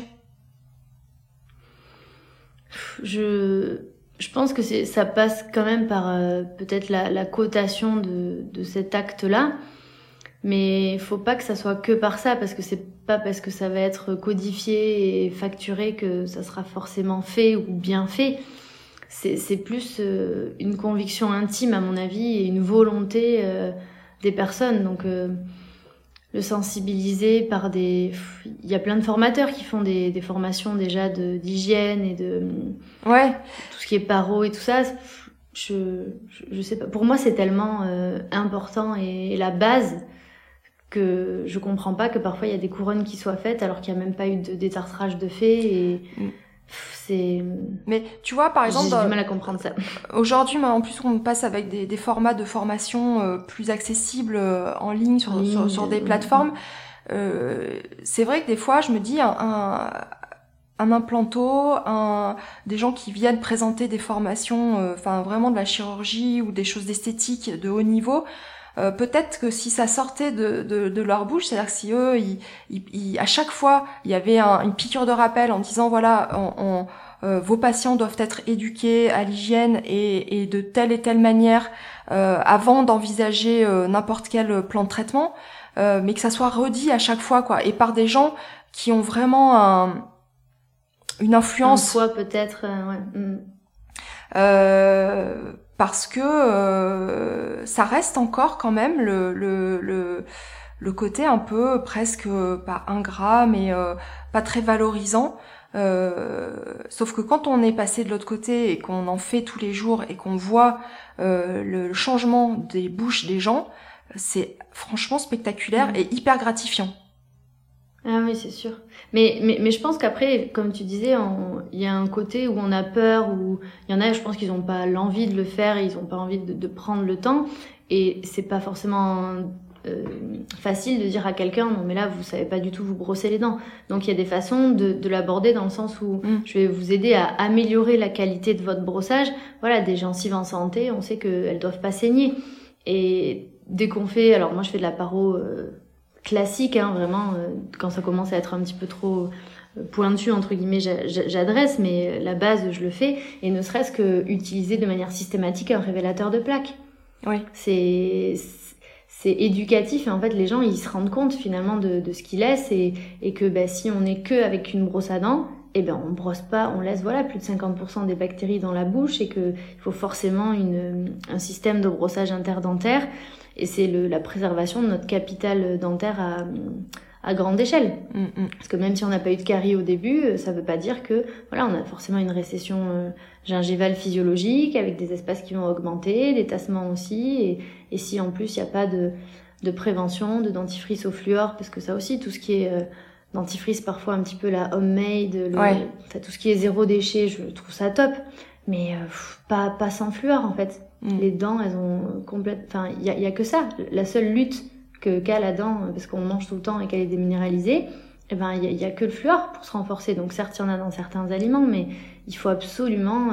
Je pense que ça passe quand même par peut-être la cotation de cet acte-là, mais il faut pas que ça soit que par ça, parce que c'est pas parce que ça va être codifié et facturé que ça sera forcément fait ou bien fait. C'est plus une conviction intime, à mon avis, et une volonté des personnes. Donc le sensibiliser par il y a plein de formateurs qui font des formations déjà d'hygiène et de tout ce qui est paro et tout ça. Je sais pas, pour moi c'est tellement important et la base que je comprends pas que parfois il y a des couronnes qui soient faites alors qu'il y a même pas eu de détartrage de fait, et mais tu vois, par exemple, j'ai du mal à comprendre ça. Aujourd'hui, en plus, on passe avec des formats de formation plus accessibles en ligne sur des plateformes. C'est vrai que des fois, je me dis un implanto, des gens qui viennent présenter des formations, vraiment de la chirurgie ou des choses d'esthétique de haut niveau. Peut-être que si ça sortait de leur bouche, c'est-à-dire que si eux, à chaque fois, il y avait une piqûre de rappel en disant voilà, vos patients doivent être éduqués à l'hygiène et de telle et telle manière avant d'envisager n'importe quel plan de traitement, mais que ça soit redit à chaque fois, quoi, et par des gens qui ont vraiment une influence. Un poids peut-être, parce que ça reste encore quand même le côté un peu presque pas ingrat, mais pas très valorisant. Sauf que quand on est passé de l'autre côté et qu'on en fait tous les jours et qu'on voit le changement des bouches des gens, c'est franchement spectaculaire et hyper gratifiant. Ah oui, c'est sûr. Mais je pense qu'après, comme tu disais, il y a un côté où on a peur, où il y en a, je pense qu'ils n'ont pas l'envie de le faire, ils n'ont pas envie de prendre le temps, et c'est pas forcément facile de dire à quelqu'un non mais là vous savez pas du tout vous brosser les dents. Donc il y a des façons de l'aborder, dans le sens où je vais vous aider à améliorer la qualité de votre brossage. Voilà, des gencives en santé, on sait qu'elles doivent pas saigner, et dès qu'on fait, alors moi je fais de la paro classique, vraiment, quand ça commence à être un petit peu trop pointu, entre guillemets, j'adresse, mais la base, je le fais, et ne serait-ce que utiliser de manière systématique un révélateur de plaques. Oui. C'est éducatif, et en fait, les gens, ils se rendent compte, finalement, de ce qu'ils laissent, et que si on n'est que avec une brosse à dents, on brosse pas, on laisse, plus de 50% des bactéries dans la bouche, et qu'il faut forcément un système de brossage interdentaire. Et c'est la préservation de notre capital dentaire à grande échelle. Parce que même si on n'a pas eu de carie au début, ça veut pas dire que on a forcément une récession gingivale physiologique, avec des espaces qui vont augmenter, des tassements aussi, et si en plus il n'y a pas de prévention, de dentifrice au fluor, parce que ça aussi, tout ce qui est dentifrice parfois un petit peu la homemade, tout ce qui est zéro déchet, je trouve ça top, mais pas sans fluor en fait. Les dents, elles ont il y a que ça. La seule lutte qu'a la dent, parce qu'on mange tout le temps et qu'elle est déminéralisée, il y a que le fluor pour se renforcer. Donc certes, il y en a dans certains aliments, mais il faut absolument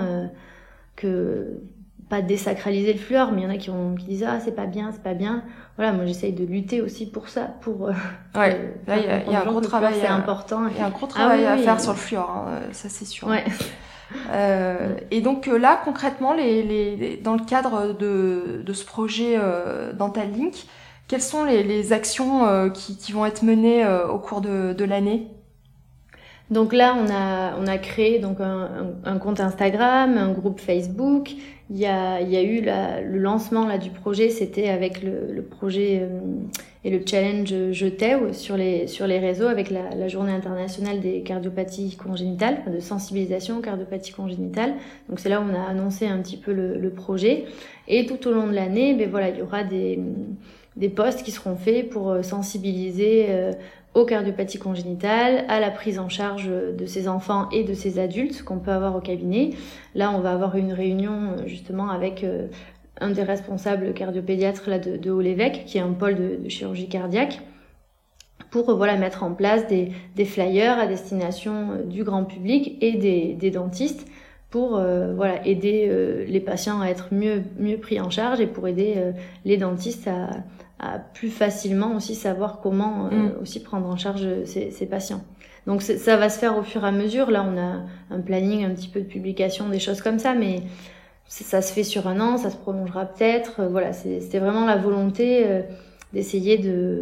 pas désacraliser le fluor. Mais il y en a qui disent c'est pas bien. Voilà, moi j'essaye de lutter aussi pour ça, là il y a un gros travail, c'est important. Il y a un gros travail à faire sur le fluor, ça c'est sûr. Ouais. Et donc là concrètement, dans le cadre de ce projet Dental Link, quelles sont les actions qui vont être menées au cours de l'année? Donc là, on a créé donc un compte Instagram, un groupe Facebook. Il y a eu le lancement là du projet, c'était avec le projet et le challenge Je t'aide sur les réseaux, avec la journée internationale des cardiopathies congénitales, de sensibilisation aux cardiopathies congénitales. Donc c'est là où on a annoncé un petit peu le projet. Et tout au long de l'année, il y aura des posts qui seront faits pour sensibiliser aux cardiopathies congénitales, à la prise en charge de ces enfants et de ces adultes qu'on peut avoir au cabinet. Là, on va avoir une réunion justement avec un des responsables cardiopédiatres là, de Haut-l'Évêque, qui est un pôle de chirurgie cardiaque, pour mettre en place des flyers à destination du grand public et des dentistes, pour aider les patients à être mieux pris en charge et pour aider les dentistes à plus facilement aussi savoir comment aussi prendre en charge ces patients. Donc ça va se faire au fur et à mesure. Là, on a un planning, un petit peu de publication, des choses comme ça, mais ça se fait sur 1 an, ça se prolongera peut-être. C'était vraiment la volonté d'essayer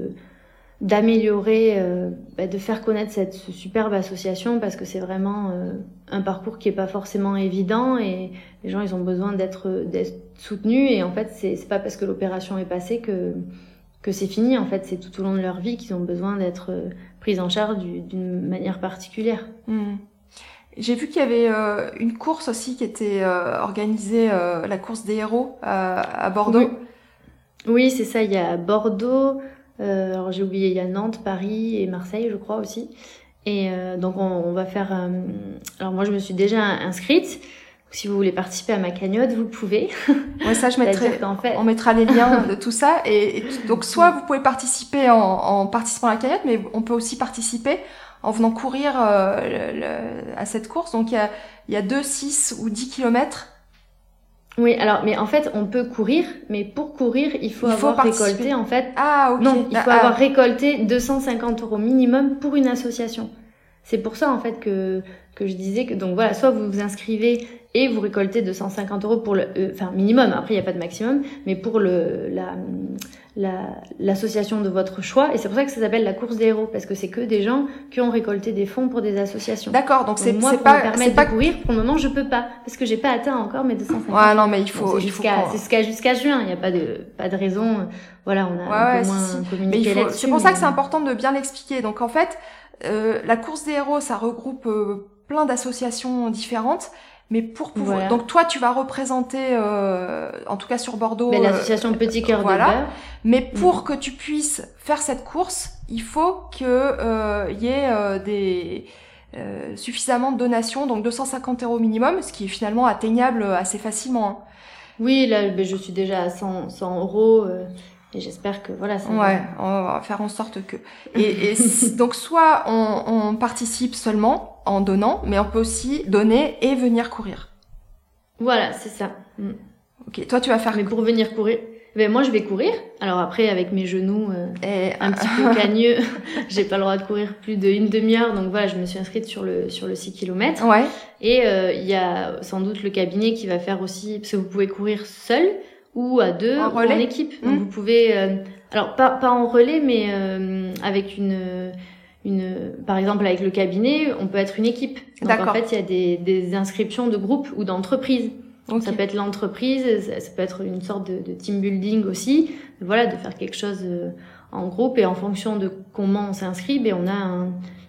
d'améliorer, de faire connaître cette superbe association, parce que c'est vraiment un parcours qui est pas forcément évident et les gens ils ont besoin d'être soutenus, et en fait c'est pas parce que l'opération est passée que c'est fini. En fait, c'est tout au long de leur vie qu'ils ont besoin d'être pris en charge d'une manière particulière. J'ai vu qu'il y avait une course aussi qui était organisée, la course des héros à Bordeaux. Oui, c'est ça, il y a Bordeaux, alors j'ai oublié, il y a Nantes, Paris et Marseille, je crois aussi. Et donc on va faire... alors moi je me suis déjà inscrite. Si vous voulez participer à ma cagnotte, vous pouvez. Ouais, ça je mettrai. On mettra les liens de tout ça. Donc soit vous pouvez participer en participant à la cagnotte, mais on peut aussi participer en venant courir à cette course. Donc il y a 2, 6 ou 10 kilomètres. Oui, alors, mais en fait, on peut courir, mais pour courir, il faut avoir récolté, en fait. Ah, ok. Non, il faut avoir récolté 250 € minimum pour une association. C'est pour ça, en fait, que je disais que, donc voilà, soit vous vous inscrivez et vous récoltez 250 € pour minimum. Après, il n'y a pas de maximum, mais pour l'association de votre choix. Et c'est pour ça que ça s'appelle la course des héros, parce que c'est que des gens qui ont récolté des fonds pour des associations. D'accord, donc c'est moi, c'est pour pas, me permettre c'est pas... de courir, pour le moment, je peux pas, parce que j'ai pas atteint encore mes 250 €. Ouais, non, mais il faut, c'est jusqu'à juin. Il n'y a pas de raison. Voilà, on a un peu moins communiqué là-dessus. C'est pour ça que c'est important de bien l'expliquer. Donc, en fait, la course des héros, ça regroupe plein d'associations différentes. Mais pour pouvoir, voilà. Donc toi, tu vas représenter, en tout cas sur Bordeaux, l'association Petit Cœur de Beurre. Mais pour que tu puisses faire cette course, il faut que y ait des suffisamment de donations, donc 250 € minimum, ce qui est finalement atteignable assez facilement. Hein. Oui, là, je suis déjà à 100 €. Et j'espère que voilà. Ça on va faire en sorte que. Et donc soit on participe seulement en donnant, mais on peut aussi donner et venir courir. Voilà, c'est ça. Ok, toi tu vas faire. Mais pour venir courir, moi je vais courir. Alors après avec mes genoux un petit peu cagneux, j'ai pas le droit de courir plus d'une demi-heure. Donc voilà, je me suis inscrite sur le 6 km. Ouais. Et il y a sans doute le cabinet qui va faire aussi, parce que vous pouvez courir seul ou à 2 ou en équipe. Donc vous pouvez alors pas en relais, mais avec une par exemple avec le cabinet, on peut être une équipe. Donc D'accord. en fait, il y a des inscriptions de groupe ou d'entreprise. Okay. Ça peut être l'entreprise, ça peut être une sorte de team building aussi. Voilà, de faire quelque chose en groupe, et en fonction de comment on s'inscrit, on a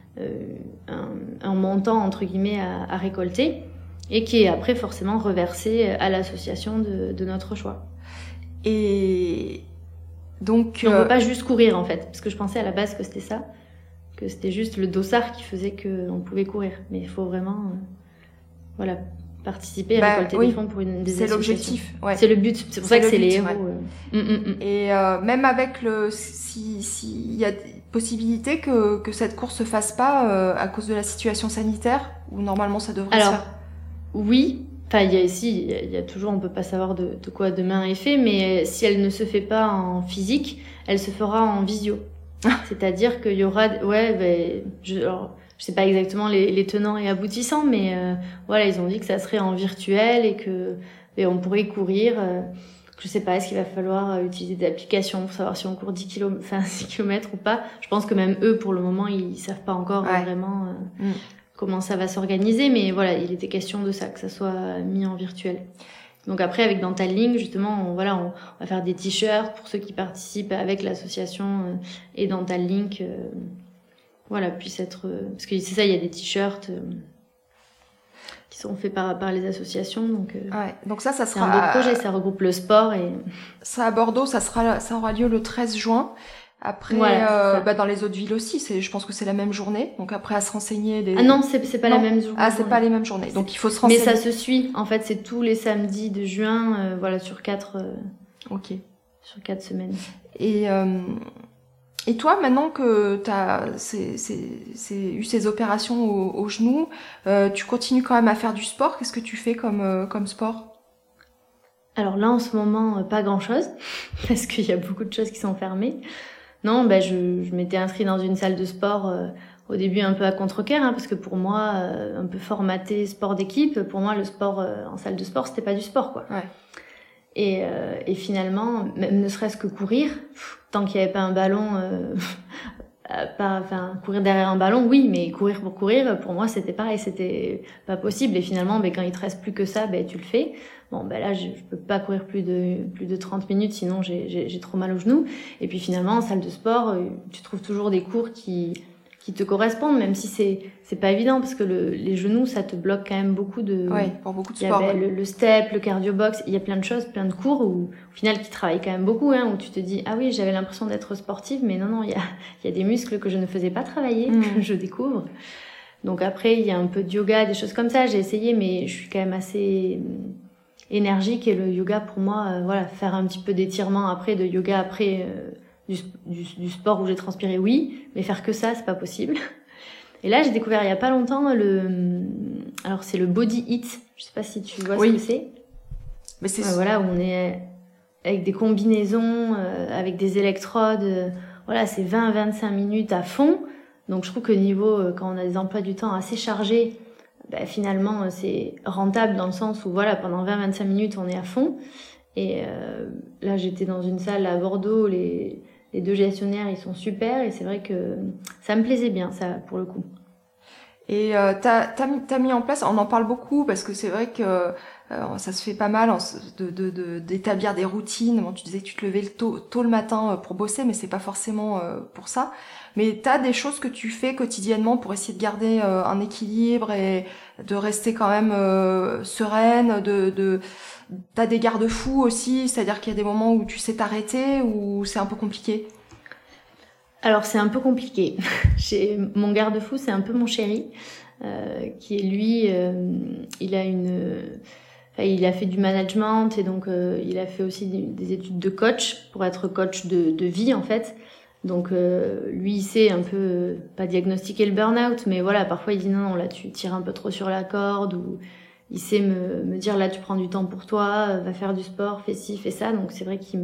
un montant entre guillemets à récolter, et qui est après forcément reversé à l'association de notre choix. Et donc... on ne peut pas juste courir en fait, parce que je pensais à la base que c'était ça, que c'était juste le dossard qui faisait qu'on pouvait courir. Mais il faut vraiment participer à récolter des fonds pour des associations. C'est l'objectif. Ouais. C'est le but, c'est pour ça que c'est les héros. Ouais. Et même avec s'il y a possibilité que cette course se fasse pas à cause de la situation sanitaire, ou normalement ça devrait se faire. Oui. Enfin, il y a toujours, on peut pas savoir de quoi demain est fait, mais si elle ne se fait pas en physique, elle se fera en visio. C'est-à-dire qu'il y aura, je sais pas exactement les tenants et aboutissants, mais ils ont dit que ça serait en virtuel et que on pourrait courir. Je sais pas, est-ce qu'il va falloir utiliser des applications pour savoir si on court 6 km ou pas. Je pense que même eux, pour le moment, ils savent pas encore vraiment comment ça va s'organiser, mais voilà, il était question de ça, que ça soit mis en virtuel. Donc après, avec Dental Link, justement, on va faire des t-shirts pour ceux qui participent avec l'association et Dental Link, puisse être... parce que c'est ça, il y a des t-shirts qui sont faits par les associations, donc... donc ça sera... C'est un beau projet, ça regroupe le sport et... Ça, à Bordeaux, ça aura lieu le 13 juin. Après, dans les autres villes aussi, je pense que c'est la même journée. Donc après, à se renseigner Ah non, c'est pas la même journée. Ah, c'est pas les mêmes journées. Donc il faut se renseigner. Mais ça se suit. En fait, c'est tous les samedis de juin, sur 4. Ok. Sur 4 semaines. Et Et toi, maintenant que t'as eu ces opérations au genou, tu continues quand même à faire du sport. Qu'est-ce que tu fais comme sport? Alors là, en ce moment, pas grand-chose, parce qu'il y a beaucoup de choses qui sont fermées. Non, je m'étais inscrite dans une salle de sport au début un peu à contre-cœur, parce que pour moi, un peu formaté sport d'équipe, pour moi, le sport en salle de sport, c'était pas du sport, quoi. Ouais. Et finalement, même ne serait-ce que courir, tant qu'il n'y avait pas un ballon, courir derrière un ballon, oui, mais courir pour courir, pour moi, c'était pareil, c'était pas possible. Et finalement, quand il te reste plus que ça, tu le fais. Bon, là, je peux pas courir plus de 30 minutes, sinon j'ai trop mal aux genoux. Et puis finalement, en salle de sport, tu trouves toujours des cours qui te correspondent, même si c'est pas évident, parce que les genoux, ça te bloque quand même beaucoup de... Ouais, pour beaucoup de sports. Le step, le cardio box, il y a plein de choses, plein de cours où, au final, qui travaillent quand même beaucoup, où tu te dis, ah oui, j'avais l'impression d'être sportive, mais non, il y a des muscles que je ne faisais pas travailler, que je découvre. Donc après, il y a un peu de yoga, des choses comme ça, j'ai essayé, mais je suis quand même assez énergique, et le yoga, pour moi, faire un petit peu d'étirement après, de yoga après, du sport où j'ai transpiré, oui, mais faire que ça, c'est pas possible. Et là, j'ai découvert il y a pas longtemps alors c'est le body hit. Je sais pas si tu vois ce que c'est. Mais c'est voilà, où on est avec des combinaisons, avec des électrodes. Voilà, c'est 20-25 minutes à fond. Donc je trouve que niveau quand on a des emplois du temps assez chargés, finalement c'est rentable dans le sens où voilà, pendant 20-25 minutes on est à fond. Et là, j'étais dans une salle à Bordeaux, les 2 gestionnaires, ils sont super, et c'est vrai que ça me plaisait bien, ça, pour le coup. Et t'as mis en place, on en parle beaucoup parce que c'est vrai que ça se fait pas mal d'établir des routines. Bon, tu disais que tu te levais tôt le matin pour bosser, mais c'est pas forcément pour ça. Mais t'as des choses que tu fais quotidiennement pour essayer de garder un équilibre et de rester quand même sereine. T'as des garde-fous aussi, c'est-à-dire qu'il y a des moments où tu sais t'arrêter ou c'est un peu compliqué? Alors c'est un peu compliqué. Mon garde-fou, c'est un peu mon chéri, qui est lui, il a fait du management, et donc il a fait aussi des études de coach pour être coach de vie en fait. Donc lui, il sait un peu pas diagnostiquer le burn-out, mais voilà, parfois il dit non, là tu tires un peu trop sur la corde, ou il sait me dire là tu prends du temps pour toi, va faire du sport, fais ci, fais ça. Donc c'est vrai qu'il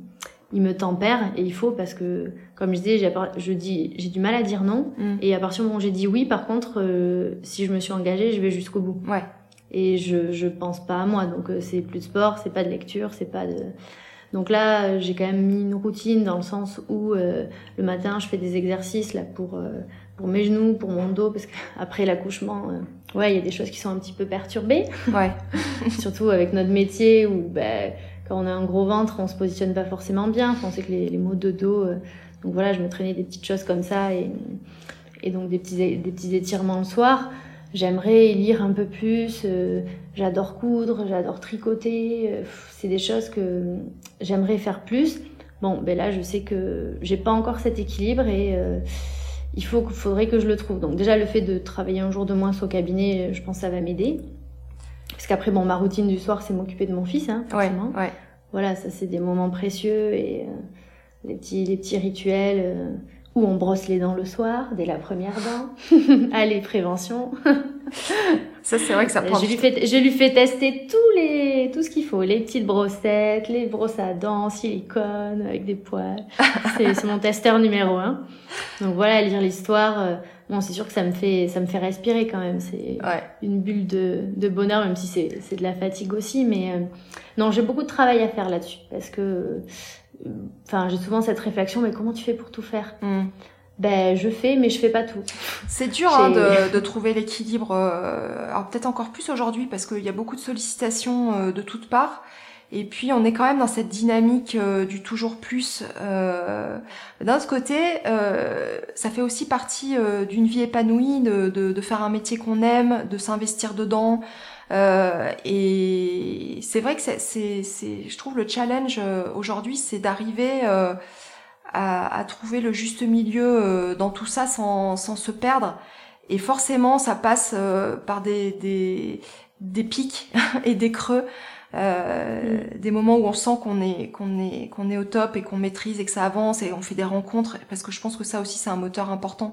me tempère, et il faut, parce que comme je disais, j'ai du mal à dire non, et à partir du moment où j'ai dit oui, par contre si je me suis engagée, je vais jusqu'au bout. Ouais. Et je pense pas à moi, donc c'est plus de sport, c'est pas de lecture, c'est pas de... Donc là, j'ai quand même mis une routine dans le sens où le matin, je fais des exercices là pour mes genoux, pour mon dos, parce qu'après l'accouchement, il y a des choses qui sont un petit peu perturbées. Ouais. Surtout avec notre métier où quand on a un gros ventre, on se positionne pas forcément bien. Enfin, on sait que les maux de dos... donc voilà, je me traînais des petites choses comme ça, et donc des petits étirements le soir. J'aimerais lire un peu plus, j'adore coudre, j'adore tricoter, c'est des choses que j'aimerais faire plus. Bon, là, je sais que j'ai pas encore cet équilibre, et faudrait que je le trouve. Donc déjà, le fait de travailler un jour de moins au cabinet, je pense que ça va m'aider. Parce qu'après, ma routine du soir, c'est m'occuper de mon fils, forcément. Ouais. Voilà, ça, c'est des moments précieux, et les petits rituels... où on brosse les dents le soir, dès la première dent. Allez, prévention. Ça, c'est vrai que ça prend... Je lui fais tester tout ce qu'il faut. Les petites brossettes, les brosses à dents, silicone, avec des poils. C'est mon testeur numéro 1. Donc voilà, lire l'histoire. C'est sûr que ça me fait respirer quand même. C'est une bulle de bonheur, même si c'est de la fatigue aussi. Mais non, j'ai beaucoup de travail à faire là-dessus. Parce que... j'ai souvent cette réflexion, mais comment tu fais pour tout faire? Je fais, mais je fais pas tout. C'est dur de trouver l'équilibre. Alors peut-être encore plus aujourd'hui, parce qu'il y a beaucoup de sollicitations de toutes parts. Et puis on est quand même dans cette dynamique du toujours plus. D'un autre côté, ça fait aussi partie d'une vie épanouie, de faire un métier qu'on aime, de s'investir dedans. Et c'est vrai que je trouve le challenge aujourd'hui, c'est d'arriver à trouver le juste milieu dans tout ça sans se perdre. Et forcément, ça passe par des pics et des creux, des moments où on sent qu'on est au top et qu'on maîtrise et que ça avance et on fait des rencontres, parce que je pense que ça aussi c'est un moteur important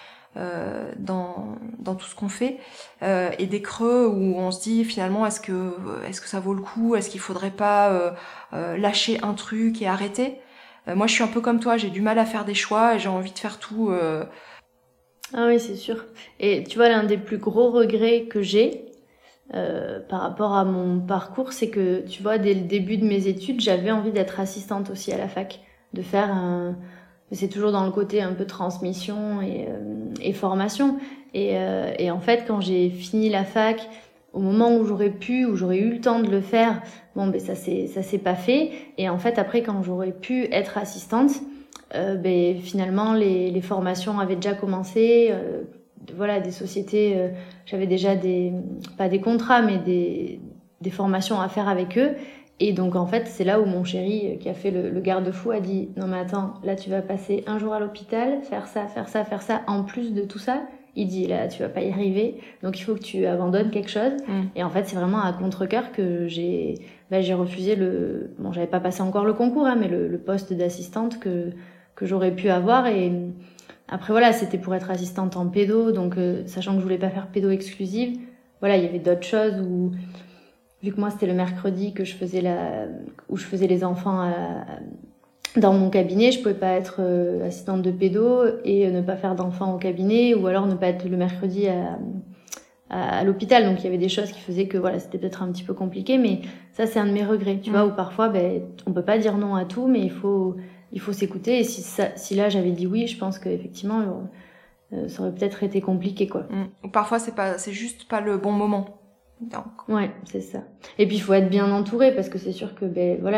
dans tout ce qu'on fait, et des creux où on se dit finalement est-ce que ça vaut le coup, est-ce qu'il faudrait pas lâcher un truc et arrêter. Moi je suis un peu comme toi, j'ai du mal à faire des choix et j'ai envie de faire tout. Ah oui, c'est sûr. Et tu vois, l'un des plus gros regrets que j'ai par rapport à mon parcours, c'est que, tu vois, dès le début de mes études, j'avais envie d'être assistante aussi à la fac, de faire c'est toujours dans le côté un peu transmission et formation. Et en fait, quand j'ai fini la fac, au moment où j'aurais eu le temps de le faire, bon, ben ça s'est pas fait. Et en fait, après, quand j'aurais pu être assistante, ben finalement les formations avaient déjà commencé. Voilà, des sociétés, j'avais déjà pas des contrats, mais des formations à faire avec eux. Et donc, en fait, c'est là où mon chéri, qui a fait le garde-fou, a dit « Non, mais attends, là, tu vas passer un jour à l'hôpital, faire ça, en plus de tout ça. » Il dit « Là, tu vas pas y arriver, donc il faut que tu abandonnes quelque chose. » Et en fait, c'est vraiment à contre-cœur que j'ai refusé Bon, j'avais pas passé encore le concours, hein, mais le poste d'assistante que j'aurais pu avoir. Et après, voilà, c'était pour être assistante en pédo, donc sachant que je voulais pas faire pédo exclusive, voilà, il y avait d'autres choses où... Vu que moi, c'était le mercredi que je faisais où je faisais les enfants dans mon cabinet, je pouvais pas être assistante de pédo et ne pas faire d'enfants au cabinet, ou alors ne pas être le mercredi à l'hôpital. Donc, il y avait des choses qui faisaient que, voilà, c'était peut-être un petit peu compliqué, mais ça, c'est un de mes regrets, tu vois, où parfois, on peut pas dire non à tout, mais il faut s'écouter. Et si là, j'avais dit oui, je pense qu'effectivement, ça aurait peut-être été compliqué, quoi. Ou parfois, c'est juste pas le bon moment. Donc. Ouais, c'est ça. Et puis il faut être bien entouré, parce que c'est sûr que voilà,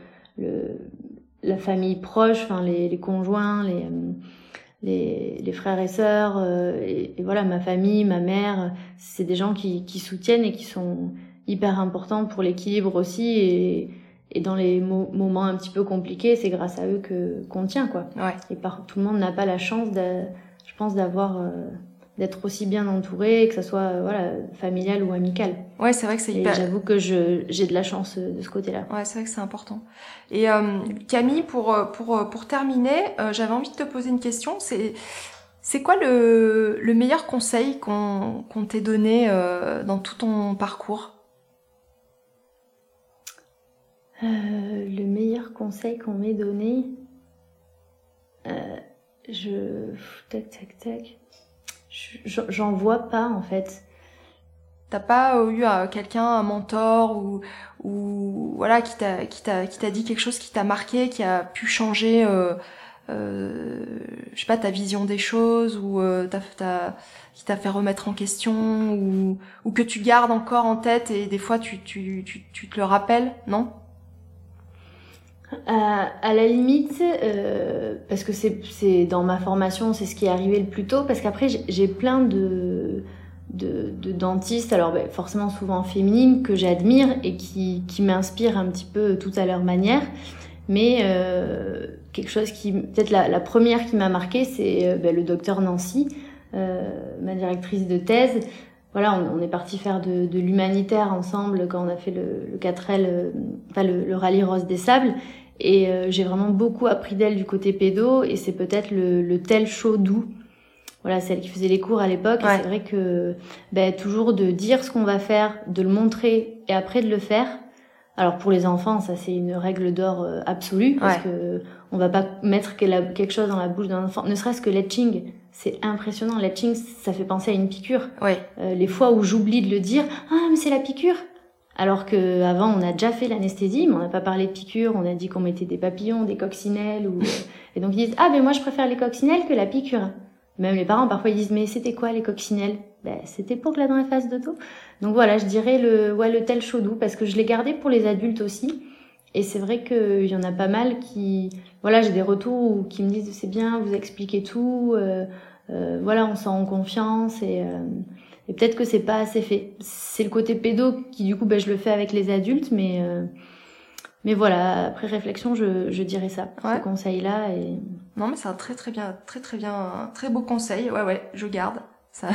la famille proche, enfin les conjoints, les frères et sœurs, et voilà, ma famille, ma mère, c'est des gens qui soutiennent et qui sont hyper importants pour l'équilibre aussi, et dans les moments un petit peu compliqués, c'est grâce à eux qu'on tient, quoi. Ouais. Et tout le monde n'a pas la chance je pense d'être aussi bien entourée, que ça soit voilà, familial ou amical. Ouais, c'est vrai que c'est hyper... Et j'avoue que j'ai de la chance de ce côté-là. Ouais, c'est vrai que c'est important. Et Camille, pour terminer, j'avais envie de te poser une question. C'est quoi le meilleur conseil qu'on t'ait donné dans tout ton parcours ? Le meilleur conseil qu'on m'ait donné, tac. J'en vois pas, en fait. T'as pas eu quelqu'un, un mentor ou voilà, qui t'a dit quelque chose qui t'a marqué, qui a pu changer je sais pas, ta vision des choses, ou qui t'a fait remettre en question, ou que tu gardes encore en tête et des fois tu te le rappelles, non ? À la limite, parce que c'est dans ma formation, c'est ce qui est arrivé le plus tôt, parce qu'après j'ai plein de dentistes, alors forcément souvent féminines, que j'admire et qui m'inspirent un petit peu tout à leur manière, mais quelque chose qui, peut-être la première qui m'a marquée, c'est le docteur Nancy, ma directrice de thèse. Voilà, on est parti faire de l'humanitaire ensemble quand on a fait le 4L, le rallye Rose des Sables. Et j'ai vraiment beaucoup appris d'elle du côté pédo, et c'est peut-être le tel chaud doux. Voilà, celle qui faisait les cours à l'époque. Ouais. Et c'est vrai que toujours de dire ce qu'on va faire, de le montrer et après de le faire. Alors pour les enfants, ça c'est une règle d'or absolue, parce que on va pas mettre quelque chose dans la bouche d'un enfant, ne serait-ce que l'etching. C'est impressionnant. L'etching, ça fait penser à une piqûre. Ouais. Les fois où j'oublie de le dire, ah mais c'est la piqûre. Alors que avant on a déjà fait l'anesthésie, mais on n'a pas parlé de piqûre. On a dit qu'on mettait des papillons, des coccinelles, et donc ils disent ah mais moi je préfère les coccinelles que la piqûre. Même les parents parfois ils disent mais c'était quoi les coccinelles ? C'était pour que là dans la phase de dos. Donc voilà, je dirais le tel chaud doux, parce que je l'ai gardé pour les adultes aussi. Et c'est vrai qu'il y en a pas mal qui, voilà, j'ai des retours qui me disent c'est bien, vous expliquez tout, voilà, on sent en confiance, et peut-être que c'est pas assez fait. C'est le côté pédo qui du coup je le fais avec les adultes, mais voilà, après réflexion, je dirais ça, ce conseil-là. Et non mais c'est un très beau conseil. Ouais, je garde. Ça...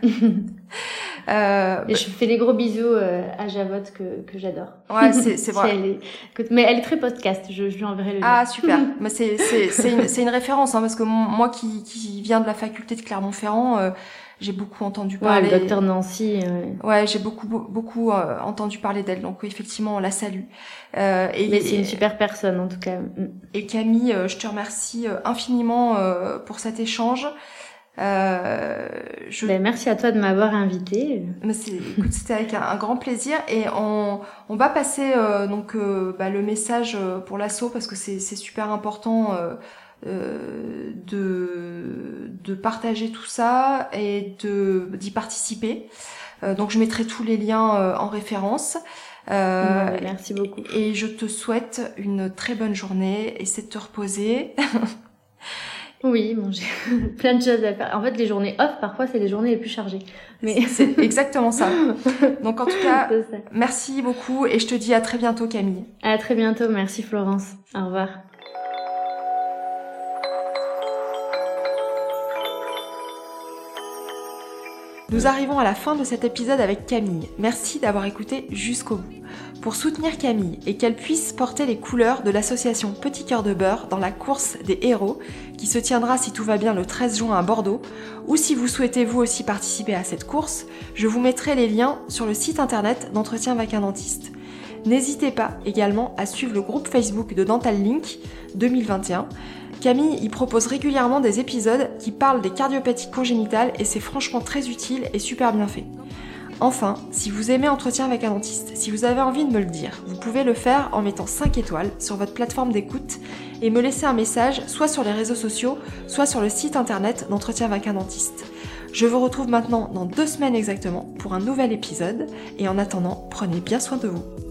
Et je fais des gros bisous à Javotte que j'adore. Ouais, c'est vrai. Mais elle est très podcast, je lui enverrai le lien. Ah, super. Mais c'est une référence, hein, parce que moi qui viens de la faculté de Clermont-Ferrand, j'ai beaucoup entendu parler. Ouais, le docteur Nancy. Ouais, j'ai beaucoup entendu parler d'elle. Donc, effectivement, on la salue. Mais c'est une super personne, en tout cas. Et Camille, je te remercie infiniment pour cet échange. Merci à toi de m'avoir invitée. Mais c'était avec un grand plaisir, et on va passer le message pour l'asso, parce que c'est super important de partager tout ça et d'y participer. Donc je mettrai tous les liens en référence. Merci beaucoup. Et je te souhaite une très bonne journée. Essaie de te reposer. Oui, bon, j'ai plein de choses à faire. En fait, les journées off, parfois, c'est les journées les plus chargées. Mais c'est exactement ça. Donc, en tout cas, merci beaucoup, et je te dis à très bientôt, Camille. À très bientôt. Merci, Florence. Au revoir. Nous arrivons à la fin de cet épisode avec Camille. Merci d'avoir écouté jusqu'au bout. Pour soutenir Camille et qu'elle puisse porter les couleurs de l'association Petit Cœur de Beurre dans la course des héros, qui se tiendra si tout va bien le 13 juin à Bordeaux, ou si vous souhaitez vous aussi participer à cette course, je vous mettrai les liens sur le site internet d'Entretien avec un dentiste. N'hésitez pas également à suivre le groupe Facebook de Dental Link 2021. Camille y propose régulièrement des épisodes qui parlent des cardiopathies congénitales, et c'est franchement très utile et super bien fait. Enfin, si vous aimez Entretien avec un dentiste, si vous avez envie de me le dire, vous pouvez le faire en mettant 5 étoiles sur votre plateforme d'écoute et me laisser un message soit sur les réseaux sociaux, soit sur le site internet d'Entretien avec un dentiste. Je vous retrouve maintenant dans 2 semaines exactement pour un nouvel épisode, et en attendant, prenez bien soin de vous.